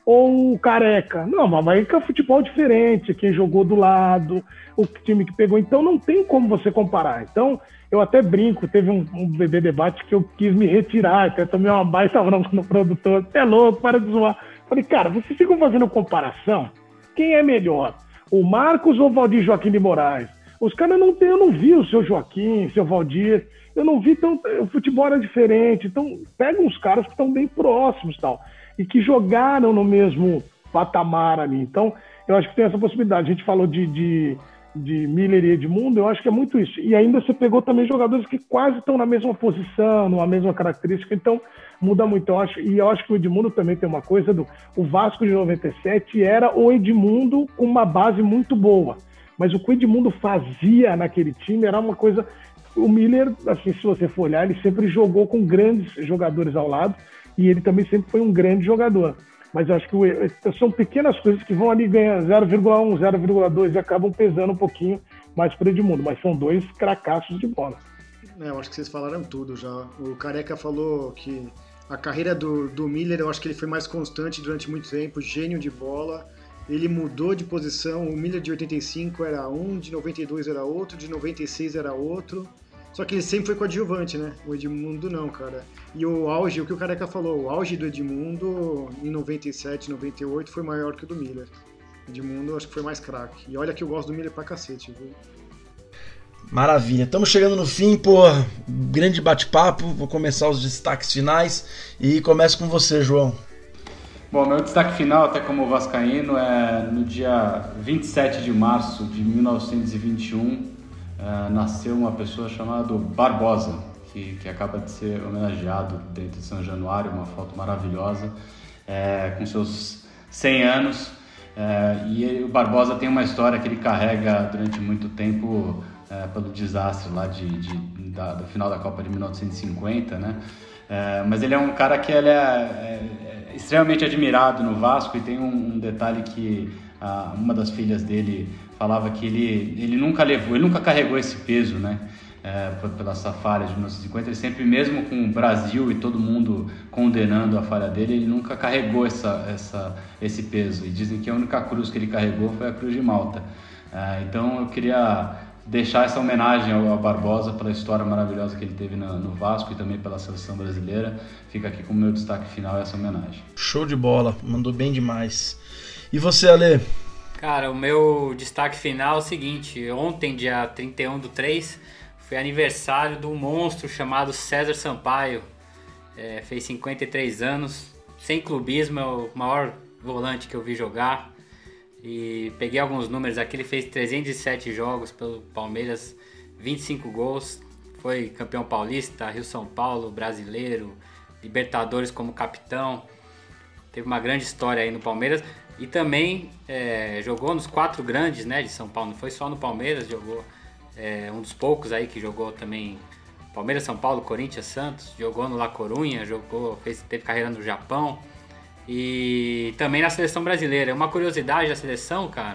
ou Careca? Não, Vavá é futebol diferente, quem jogou do lado, o time que pegou. Então não tem como você comparar. Então eu até brinco, teve um, um bebê debate que eu quis me retirar, até tomei uma baita bronca no produtor. Você é louco, para de zoar. Falei, cara, vocês ficam fazendo comparação? Quem é melhor? O Marcos ou o Valdir Joaquim de Moraes? Os caras não tem, eu não vi o seu Joaquim, o seu Valdir. Eu não vi tão... O futebol era diferente. Então, pega uns caras que estão bem próximos e tal. E que jogaram no mesmo patamar ali. Então, eu acho que tem essa possibilidade. A gente falou de, de, de Miller e Edmundo, eu acho que é muito isso. E ainda você pegou também jogadores que quase estão na mesma posição, numa mesma característica. Então, muda muito. Eu acho, e eu acho que o Edmundo também tem uma coisa do... O Vasco de noventa e sete era o Edmundo com uma base muito boa. Mas o que o Edmundo fazia naquele time era uma coisa... O Miller, assim, se você for olhar, ele sempre jogou com grandes jogadores ao lado e ele também sempre foi um grande jogador. Mas eu acho que o, são pequenas coisas que vão ali ganhar zero vírgula um, zero vírgula dois e acabam pesando um pouquinho mais para o Edmundo. Mas são dois cracassos de bola. É, eu acho que vocês falaram tudo já. O Careca falou que a carreira do, do Miller, eu acho que ele foi mais constante durante muito tempo, gênio de bola. Ele mudou de posição, o Miller de oitenta e cinco era um, de noventa e dois era outro, de noventa e seis era outro. Só que ele sempre foi coadjuvante, né? O Edmundo não, cara. E o auge, o que o Careca falou, o auge do Edmundo em noventa e sete, noventa e oito foi maior que o do Miller. O Edmundo acho que foi mais craque. E olha que eu gosto do Miller pra cacete, viu? Maravilha, estamos chegando no fim, pô, grande bate-papo, vou começar os destaques finais e começo com você, João. Bom, meu destaque final, até como vascaíno, é no dia vinte e sete de março de mil novecentos e vinte e um, é, nasceu uma pessoa chamada Barbosa, que, que acaba de ser homenageado dentro de São Januário, uma foto maravilhosa, é, com seus cem anos, é, e ele, o Barbosa tem uma história que ele carrega durante muito tempo é, pelo desastre lá de, de, da, do final da Copa de mil novecentos e cinquenta, né? É, mas ele é um cara que ele é, é, é extremamente admirado no Vasco e tem um, um detalhe que a, uma das filhas dele falava que ele, ele nunca levou, ele nunca carregou esse peso, né? É, pela essa falha de mil novecentos e cinquenta, ele sempre, mesmo com o Brasil e todo mundo condenando a falha dele, ele nunca carregou essa, essa, esse peso. E dizem que a única cruz que ele carregou foi a Cruz de Malta. É, então eu queria deixar essa homenagem ao Barbosa pela história maravilhosa que ele teve no, no Vasco e também pela seleção brasileira. Fica aqui como meu destaque final essa homenagem. Show de bola, mandou bem demais. E você, Ale? Cara, o meu destaque final é o seguinte: ontem, dia trinta e um do três, foi aniversário do monstro chamado César Sampaio. É, fez cinquenta e três anos, sem clubismo, é o maior volante que eu vi jogar. E peguei alguns números aqui, ele fez trezentos e sete jogos pelo Palmeiras, vinte e cinco gols, foi campeão paulista, Rio-São Paulo, brasileiro, Libertadores como capitão, teve uma grande história aí no Palmeiras e também é, jogou nos quatro grandes, né, de São Paulo, não foi só no Palmeiras, jogou é, um dos poucos aí que jogou também Palmeiras, São Paulo, Corinthians, Santos, jogou no La Corunha, jogou, fez, teve carreira no Japão e também na seleção brasileira. Uma curiosidade da seleção, cara,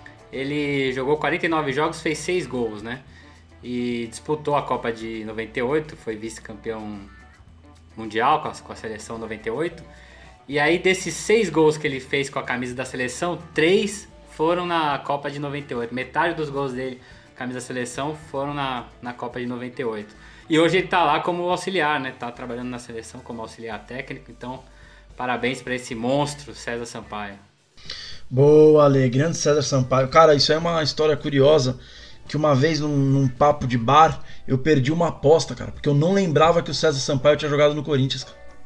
ele jogou quarenta e nove jogos, fez seis gols, né? E disputou a Copa de noventa e oito, foi vice-campeão mundial com a, com a seleção noventa e oito. E aí desses seis gols que ele fez com a camisa da seleção, três foram na Copa de noventa e oito. Metade dos gols dele com a camisa da seleção foram na, na Copa de noventa e oito. E hoje ele tá lá como auxiliar, né? Tá trabalhando na seleção como auxiliar técnico. Então, parabéns para esse monstro, César Sampaio. Boa, Ale, grande César Sampaio. Cara, isso é uma história curiosa, que uma vez num, num papo de bar, eu perdi uma aposta, cara, porque eu não lembrava que o César Sampaio tinha jogado no Corinthians.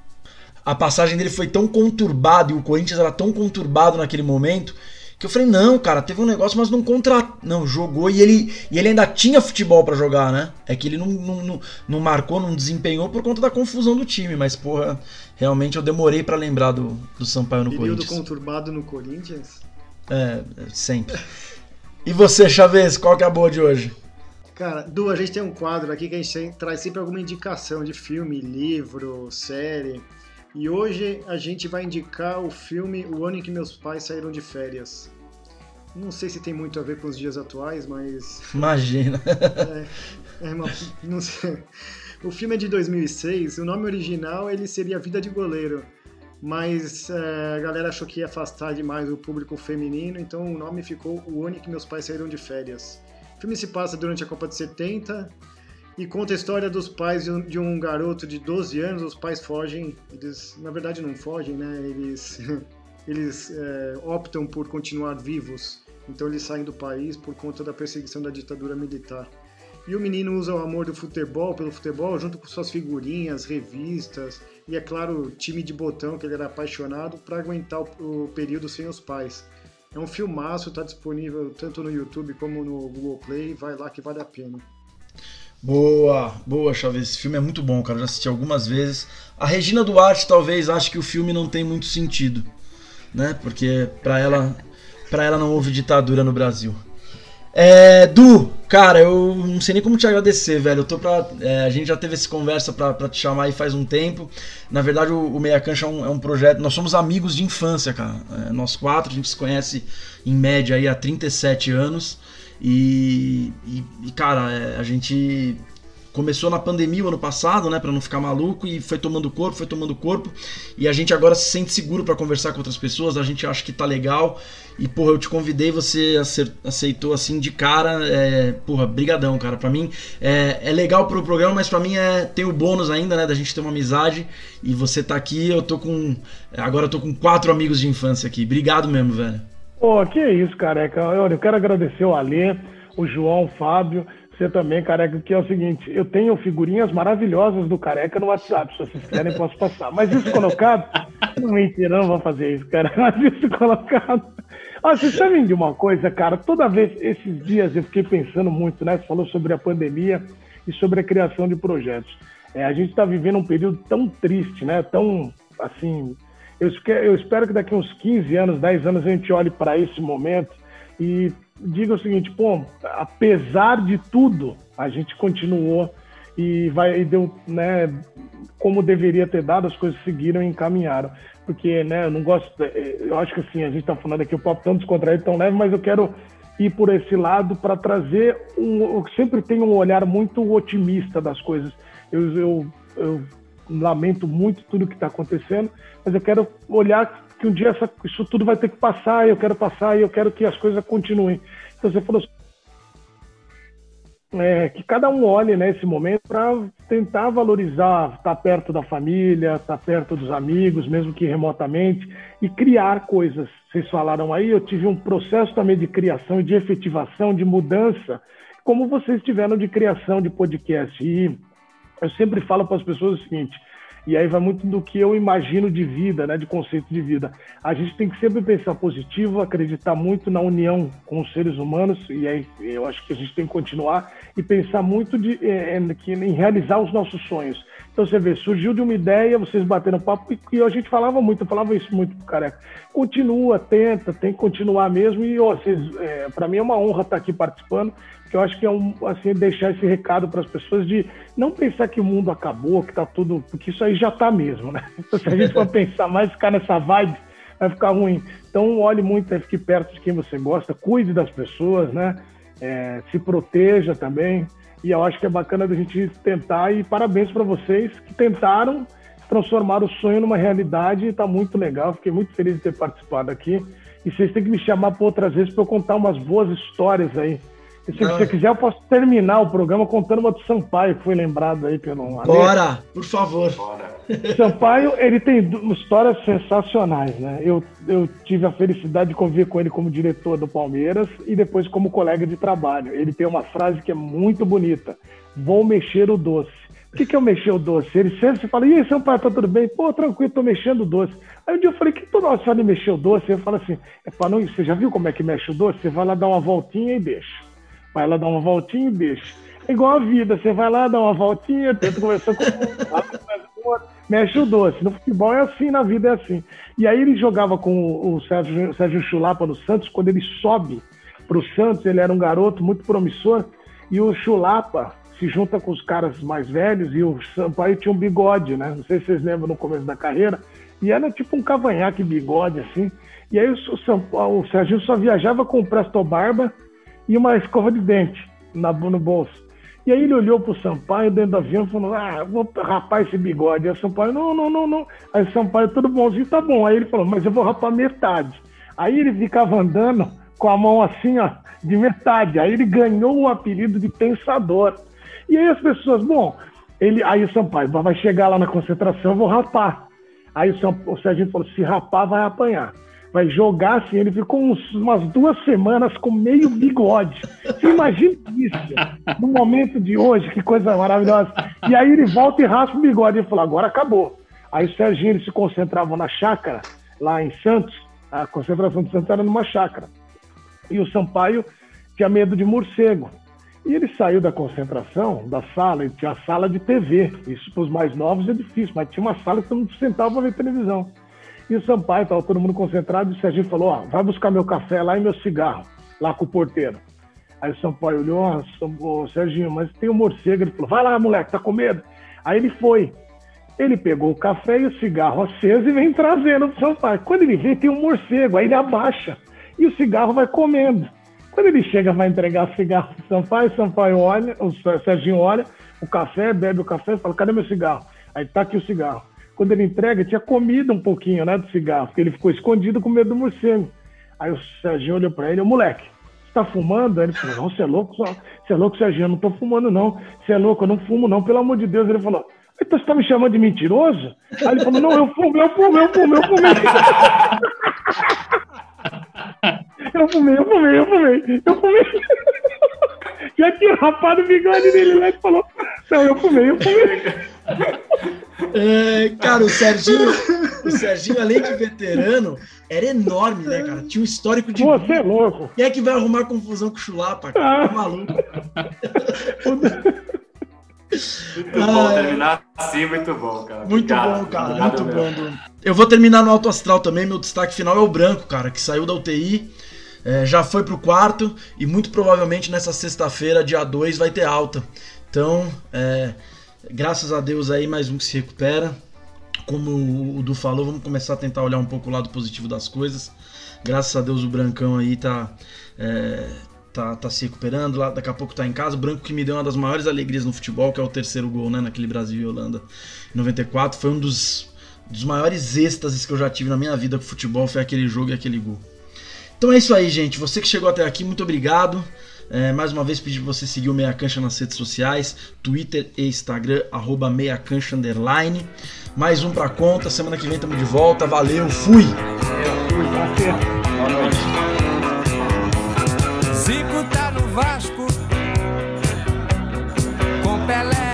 A passagem dele foi tão conturbada e o Corinthians era tão conturbado naquele momento que eu falei, não, cara, teve um negócio, mas não contra... Não, jogou e ele, e ele ainda tinha futebol pra jogar, né? É que ele não, não, não, não marcou, não desempenhou por conta da confusão do time, mas, porra, realmente eu demorei pra lembrar do, do Sampaio no Período Corinthians. Período conturbado no Corinthians? É, sempre. E você, Chaves, qual que é a boa de hoje? Cara, Du, a gente tem um quadro aqui que a gente traz sempre alguma indicação de filme, livro, série. E hoje a gente vai indicar o filme O Ano em que Meus Pais Saíram de Férias. Não sei se tem muito a ver com os dias atuais, mas... Imagina. É, é uma, não sei. O filme é de dois mil e seis, o nome original ele seria Vida de Goleiro, mas é, a galera achou que ia afastar demais o público feminino, então o nome ficou O Ano em que Meus Pais Saíram de Férias. O filme se passa durante a Copa de setenta... e conta a história dos pais de um, de um garoto de doze anos. Os pais fogem, eles na verdade não fogem, né? Eles, eles é, optam por continuar vivos, então eles saem do país por conta da perseguição da ditadura militar. E o menino usa o amor do futebol, pelo futebol, junto com suas figurinhas, revistas e, é claro, time de botão, que ele era apaixonado, para aguentar o, o período sem os pais. É um filmaço, está disponível tanto no YouTube como no Google Play, vai lá que vale a pena. Boa, boa, Chaves. Esse filme é muito bom, cara. Eu já assisti algumas vezes. A Regina Duarte talvez ache que o filme não tem muito sentido, né? Porque pra ela, pra ela não houve ditadura no Brasil. É, Du, cara, eu não sei nem como te agradecer, velho. Eu tô pra, é, a gente já teve essa conversa pra, pra te chamar aí faz um tempo. Na verdade, o, o Meia Cancha é um, é um projeto. Nós somos amigos de infância, cara. É, nós quatro, a gente se conhece em média aí há trinta e sete anos. E, e, e cara, a gente começou na pandemia o ano passado, né, pra não ficar maluco, e foi tomando corpo, foi tomando corpo, e a gente agora se sente seguro pra conversar com outras pessoas, a gente acha que tá legal, e porra, eu te convidei, você aceitou assim de cara, é, porra, brigadão, cara, pra mim é, é legal pro programa, mas pra mim é, tem o bônus ainda, né, da gente ter uma amizade, e você tá aqui, eu tô com, agora eu tô com quatro amigos de infância aqui, obrigado mesmo, velho. Pô, que isso, careca. Olha, eu quero agradecer o Alê, o João, o Fábio, você também, careca, que é o seguinte, eu tenho figurinhas maravilhosas do careca no WhatsApp, se vocês querem posso passar. Mas isso colocado, não mentira, não vou fazer isso, cara, mas isso colocado... Ah, vocês sabem de uma coisa, cara, toda vez, esses dias eu fiquei pensando muito, né, você falou sobre a pandemia e sobre a criação de projetos. É, a gente está vivendo um período tão triste, né, tão, assim... Eu espero que daqui a uns quinze anos, dez anos, a gente olhe para esse momento e diga o seguinte, pô, apesar de tudo, a gente continuou e vai, e deu, né, como deveria ter dado, as coisas seguiram e encaminharam. Porque, né, eu não gosto, eu acho que assim, a gente está falando aqui o papo tão descontraído, tão leve, mas eu quero ir por esse lado para trazer um, eu sempre tenho um olhar muito otimista das coisas. Eu, eu, eu lamento muito tudo que está acontecendo, mas eu quero olhar que um dia essa, isso tudo vai ter que passar, eu quero passar e eu quero que as coisas continuem. Então você falou é, que cada um olhe nesse momento para tentar valorizar, estar perto da família, estar perto dos amigos, mesmo que remotamente, e criar coisas. Vocês falaram aí, eu tive um processo também de criação e de efetivação, de mudança, como vocês tiveram de criação de podcast. E eu sempre falo para as pessoas o seguinte, e aí vai muito do que eu imagino de vida, né, de conceito de vida. A gente tem que sempre pensar positivo, acreditar muito na união com os seres humanos, e aí eu acho que a gente tem que continuar, e pensar muito de, é, em realizar os nossos sonhos. Então você vê, surgiu de uma ideia, vocês bateram papo, e a gente falava muito, eu falava isso muito pro careca. Continua, tenta, tem que continuar mesmo, e ó, vocês, é, para mim é uma honra estar aqui participando, que eu acho que é um, assim, deixar esse recado para as pessoas de não pensar que o mundo acabou, que tá tudo, porque isso aí já tá mesmo, né? Então, se a gente for pensar mais, ficar nessa vibe, vai ficar ruim. Então, olhe muito, fique perto de quem você gosta, cuide das pessoas, né? É, se proteja também. E eu acho que é bacana da gente tentar, e parabéns para vocês que tentaram transformar o sonho numa realidade, está muito legal, fiquei muito feliz de ter participado aqui, e vocês têm que me chamar para outras vezes para eu contar umas boas histórias aí. E se você quiser, eu posso terminar o programa contando uma do Sampaio, que foi lembrado aí pelo Ale. Bora, por favor. Bora. Sampaio, ele tem histórias sensacionais, né? Eu, eu tive a felicidade de conviver com ele como diretor do Palmeiras e depois como colega de trabalho. Ele tem uma frase que é muito bonita: vou mexer o doce. O que, que é o mexer o doce? Ele sempre fala: e aí, Sampaio, tá tudo bem? Pô, tranquilo, tô mexendo o doce. Aí um dia eu falei: que toda hora você fala de mexer o doce? Eu falo assim: é pra não... você já viu como é que mexe o doce? Você vai lá dar uma voltinha e deixa. Vai lá dar uma voltinha e deixa. É igual a vida, você vai lá dar uma voltinha, tenta conversar com o mexe o doce. No futebol é assim, na vida é assim. E aí ele jogava com o Sérgio, Sérgio Chulapa no Santos. Quando ele sobe para o Santos, ele era um garoto muito promissor, e o Chulapa se junta com os caras mais velhos, e o Sampaio tinha um bigode, né? Não sei se vocês lembram no começo da carreira, e era tipo um cavanhaque bigode, assim. E aí o, Sampaio, o Serginho só viajava com o Presto Barba e uma escova de dente na, no bolso. E aí ele olhou pro Sampaio dentro do avião e falou: ah, vou rapar esse bigode. Aí o Sampaio: não, não, não, não. Aí o Sampaio: tudo bonzinho, tá bom. Aí ele falou: mas eu vou rapar metade. Aí ele ficava andando com a mão assim, ó, de metade. Aí ele ganhou o apelido de Pensador. E aí as pessoas, bom, ele, aí o Sampaio: vai chegar lá na concentração, eu vou rapar. Aí o, Samp, o Serginho falou: se rapar, vai apanhar. Vai jogar assim. Ele ficou uns, umas duas semanas com meio bigode. Você imagina isso no momento de hoje, que coisa maravilhosa. E aí ele volta e raspa o bigode. Ele falou: agora acabou. Aí o Serginho, eles se concentravam na chácara, lá em Santos. A concentração de Santos era numa chácara. E o Sampaio tinha medo de morcego. E ele saiu da concentração, da sala, e tinha a sala de T V. Isso para os mais novos é difícil, mas tinha uma sala que todo mundo sentava para ver televisão. E o Sampaio, estava todo mundo concentrado, e o Serginho falou: ó, vai buscar meu café lá e meu cigarro, lá com o porteiro. Aí o Sampaio olhou: ó, Serginho, mas tem um morcego. Ele falou: vai lá, moleque, tá com medo? Aí ele foi. Ele pegou o café e o cigarro aceso e vem trazendo pro Sampaio. Quando ele vê, tem um morcego, aí ele abaixa e o cigarro vai comendo. Quando ele chega, vai entregar o cigarro pro Sampaio, o Sampaio olha, o Serginho olha o café, bebe o café e fala: cadê meu cigarro? Aí tá aqui o cigarro. Quando ele entrega, tinha comido um pouquinho, né, do cigarro, porque ele ficou escondido com medo do morcego. Aí o Serginho olhou pra ele: ô moleque, você tá fumando? Aí ele falou: não, você é louco, você é louco, Serginho, eu não tô fumando não. Você é louco, eu não fumo não, pelo amor de Deus. Ele falou: então você tá me chamando de mentiroso? Aí ele falou: não, eu fumo, eu fumo, eu fumo, eu fumei. Eu fumei, eu fumei, eu fumei, eu fumei. Já tinha rapado o bigode dele lá e falou: não, eu fumei, eu fumei. É, cara, o Serginho, o Serginho, além de veterano, era enorme, né, cara? Tinha um histórico de... Você é louco. Quem é que vai arrumar confusão com o Chulapa, cara? Tá maluco. Muito ah, bom, terminar assim, muito bom, cara. Muito Obrigado. bom, cara, Obrigado muito mesmo. bom. Eu vou terminar no Alto Astral também, meu destaque final é o Branco, cara, que saiu da U T I, é, já foi pro quarto e muito provavelmente nessa sexta-feira, dia dois, vai ter alta. Então, é, graças a Deus aí, mais um que se recupera. Como o Du falou, vamos começar a tentar olhar um pouco o lado positivo das coisas. Graças a Deus o Brancão aí tá... É, Tá, tá se recuperando, lá, daqui a pouco tá em casa. O Branco que me deu uma das maiores alegrias no futebol, que é o terceiro gol, né, naquele Brasil e Holanda em noventa e quatro. Foi um dos, dos maiores êxtases que eu já tive na minha vida com futebol, foi aquele jogo e aquele gol. Então é isso aí, gente. Você que chegou até aqui, muito obrigado. É, mais uma vez pedir pra você seguir o Meia Cancha nas redes sociais, Twitter e Instagram, arroba Meia Cancha underline. Mais um pra conta, semana que vem tamo de volta. Valeu, fui! Fui, tá certo. Boa noite. Zico tá no Vasco com Pelé